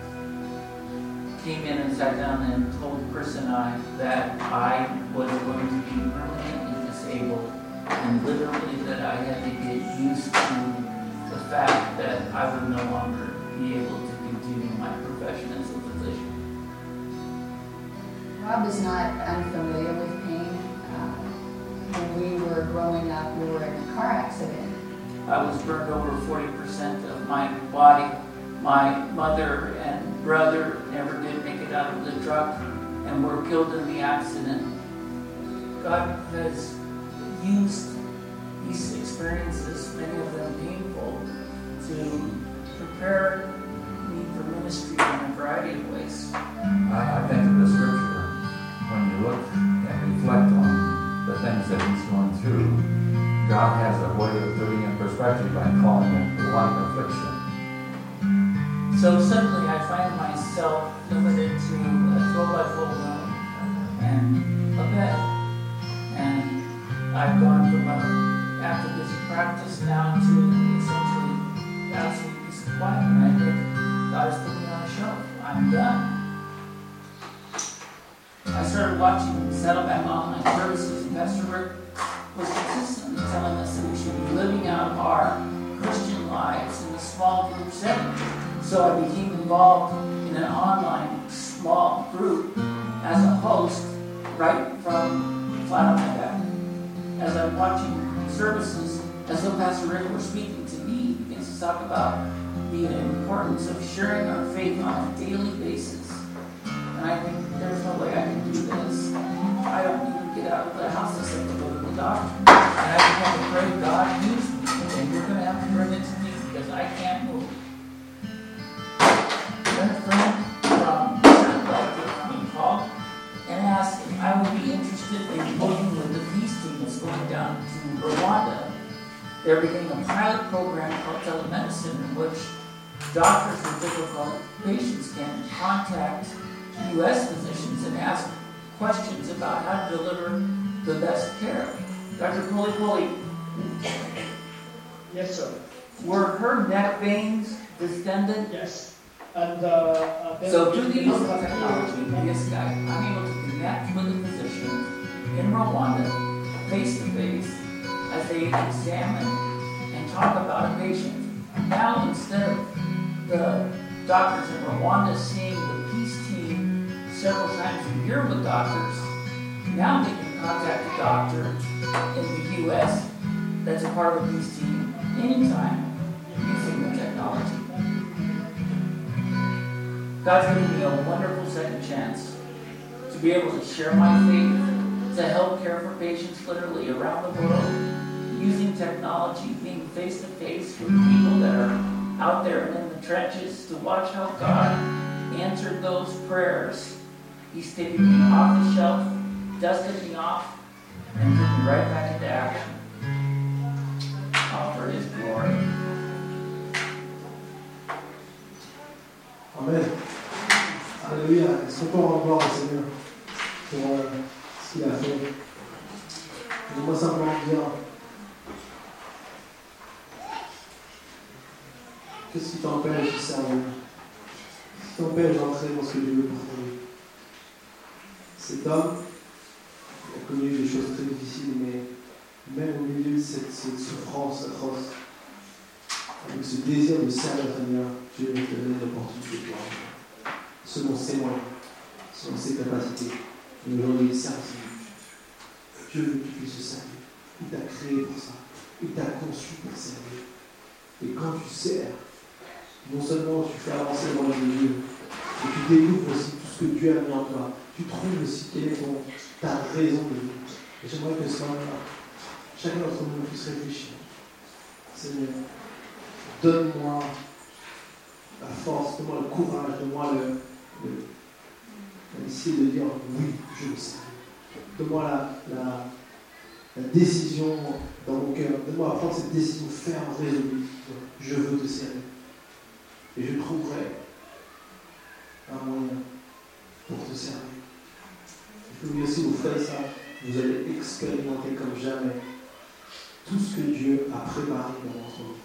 came in and sat down and told Chris and I that I was going to be permanently disabled, and literally that I had to get used to the fact that I would no longer be able to continue my profession as a physician. Rob is not unfamiliar with pain. Uh, when we were growing up, we were in a car accident. I was burned over forty percent of my body. My mother and brother never did make it out of the truck and were killed in the accident. God has used these experiences, many of them painful, to prepare me for ministry in a variety of ways. I, I think of the scripture, when you look and reflect on the things that he's going through, God has a way of putting in perspective by calling it light affliction. So suddenly I find myself limited to a twelve by twelve room and a bed. And I've gone from a after busy practice down to essentially absolute peace and quiet. And I think God has put me on a shelf. I'm done. I started watching Saddleback Online Services, and Pastor Rick was consistently telling us that we should be living out our Christian lives in a small group setting. So I became involved in an online small group as a host right from flat on my back. As I'm watching services, as though Pastor Rick were speaking to me, he begins to talk about the importance of sharing our faith on a daily basis. And I think there's no way I can do this. I don't even get out of the house except to go to the doctor. And I just want to pray, God, use me. And you're going to have to bring it to me because I can't move. Then a friend from Church Life called there became a pilot program called telemedicine in which doctors with difficult patients can contact U S physicians and ask questions about how to deliver the best care. Doctor Polipoli, Yes, sir. were her neck veins distended? Yes. And uh, uh, then So we through the did use not of have technology, to- via Skype, I'm able to connect with a physician in Rwanda, face to face, as they examine and talk about a patient. Now, instead of the doctors in Rwanda seeing the peace team several times a year with doctors, now they can contact a doctor in the U S that's a part of the peace team anytime using the technology. God's given me a wonderful second chance to be able to share my faith, to help care for patients literally around the world, using technology, being face to face with people that are out there and in the trenches, to watch how God answered those prayers. He's taken me off the shelf, dusted me off, and put me right back into action. All for His glory. Amen. Alléluia. Est-ce qu'on peut rendre gloire au Seigneur pour euh, ce qu'il a fait? J'aimerais simplement dire, qu'est-ce qui t'empêche de servir? Qu'est-ce qui t'empêche d'entrer dans ce que Dieu veut pour toi? Cet homme a connu des choses très difficiles, mais même au milieu de cette, cette souffrance atroce, avec ce désir de servir le Seigneur, Dieu va te donner l'opportunité de voir, selon ses moyens, selon ses capacités. Et aujourd'hui, il sert le Seigneur. Dieu veut que tu puisses se servir. Il t'a créé pour ça. Il t'a conçu pour servir. Et quand tu sers, non seulement tu fais avancer le royaume de Dieu, mais tu découvres aussi tout ce que Dieu a mis en toi. Tu trouves aussi quelle est ton, ta raison de vivre. Et j'aimerais que ce matin, chacun d'entre nous puisse réfléchir. Seigneur, donne-moi la force, donne-moi le courage, donne-moi le, le, essayer de dire oui, je le sais. Donne-moi la, la, la décision dans mon cœur, donne-moi à prendre cette décision ferme, résolue. Je veux te servir. Et je trouverai un moyen pour te servir. Je peux vous dire, si vous faites ça, vous allez expérimenter comme jamais tout ce que Dieu a préparé dans votre vie.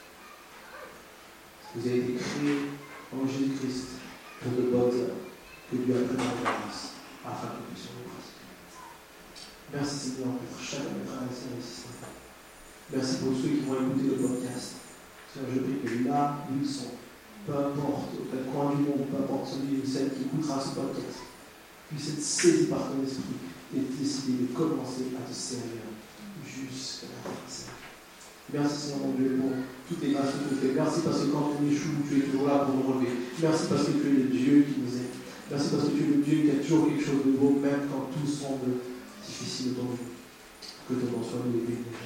Vous avez été créés en Jésus-Christ pour de bonnes œuvres que Dieu a préparées d'avance afin que nous puissions les pratiquer. Merci Seigneur pour chacun de mes frères et sœurs ici. Merci pour ceux qui vont écouter le podcast. Seigneur, je prie que là où ils sont, peu importe au quel coin du monde, peu importe celui ou celle qui écoutera ce podcast, puisse être saisi par ton esprit et décider de commencer à te servir jusqu'à la fin. Merci Seigneur mon Dieu pour toutes les grâces que tu fais. Merci parce que quand on échoue, tu es toujours là pour nous relever. Merci parce que tu es le Dieu qui nous aime. Merci parce que tu es le Dieu qui a toujours quelque chose de beau, même quand tout semble difficile dans nous. Que ton nom soit nous béni.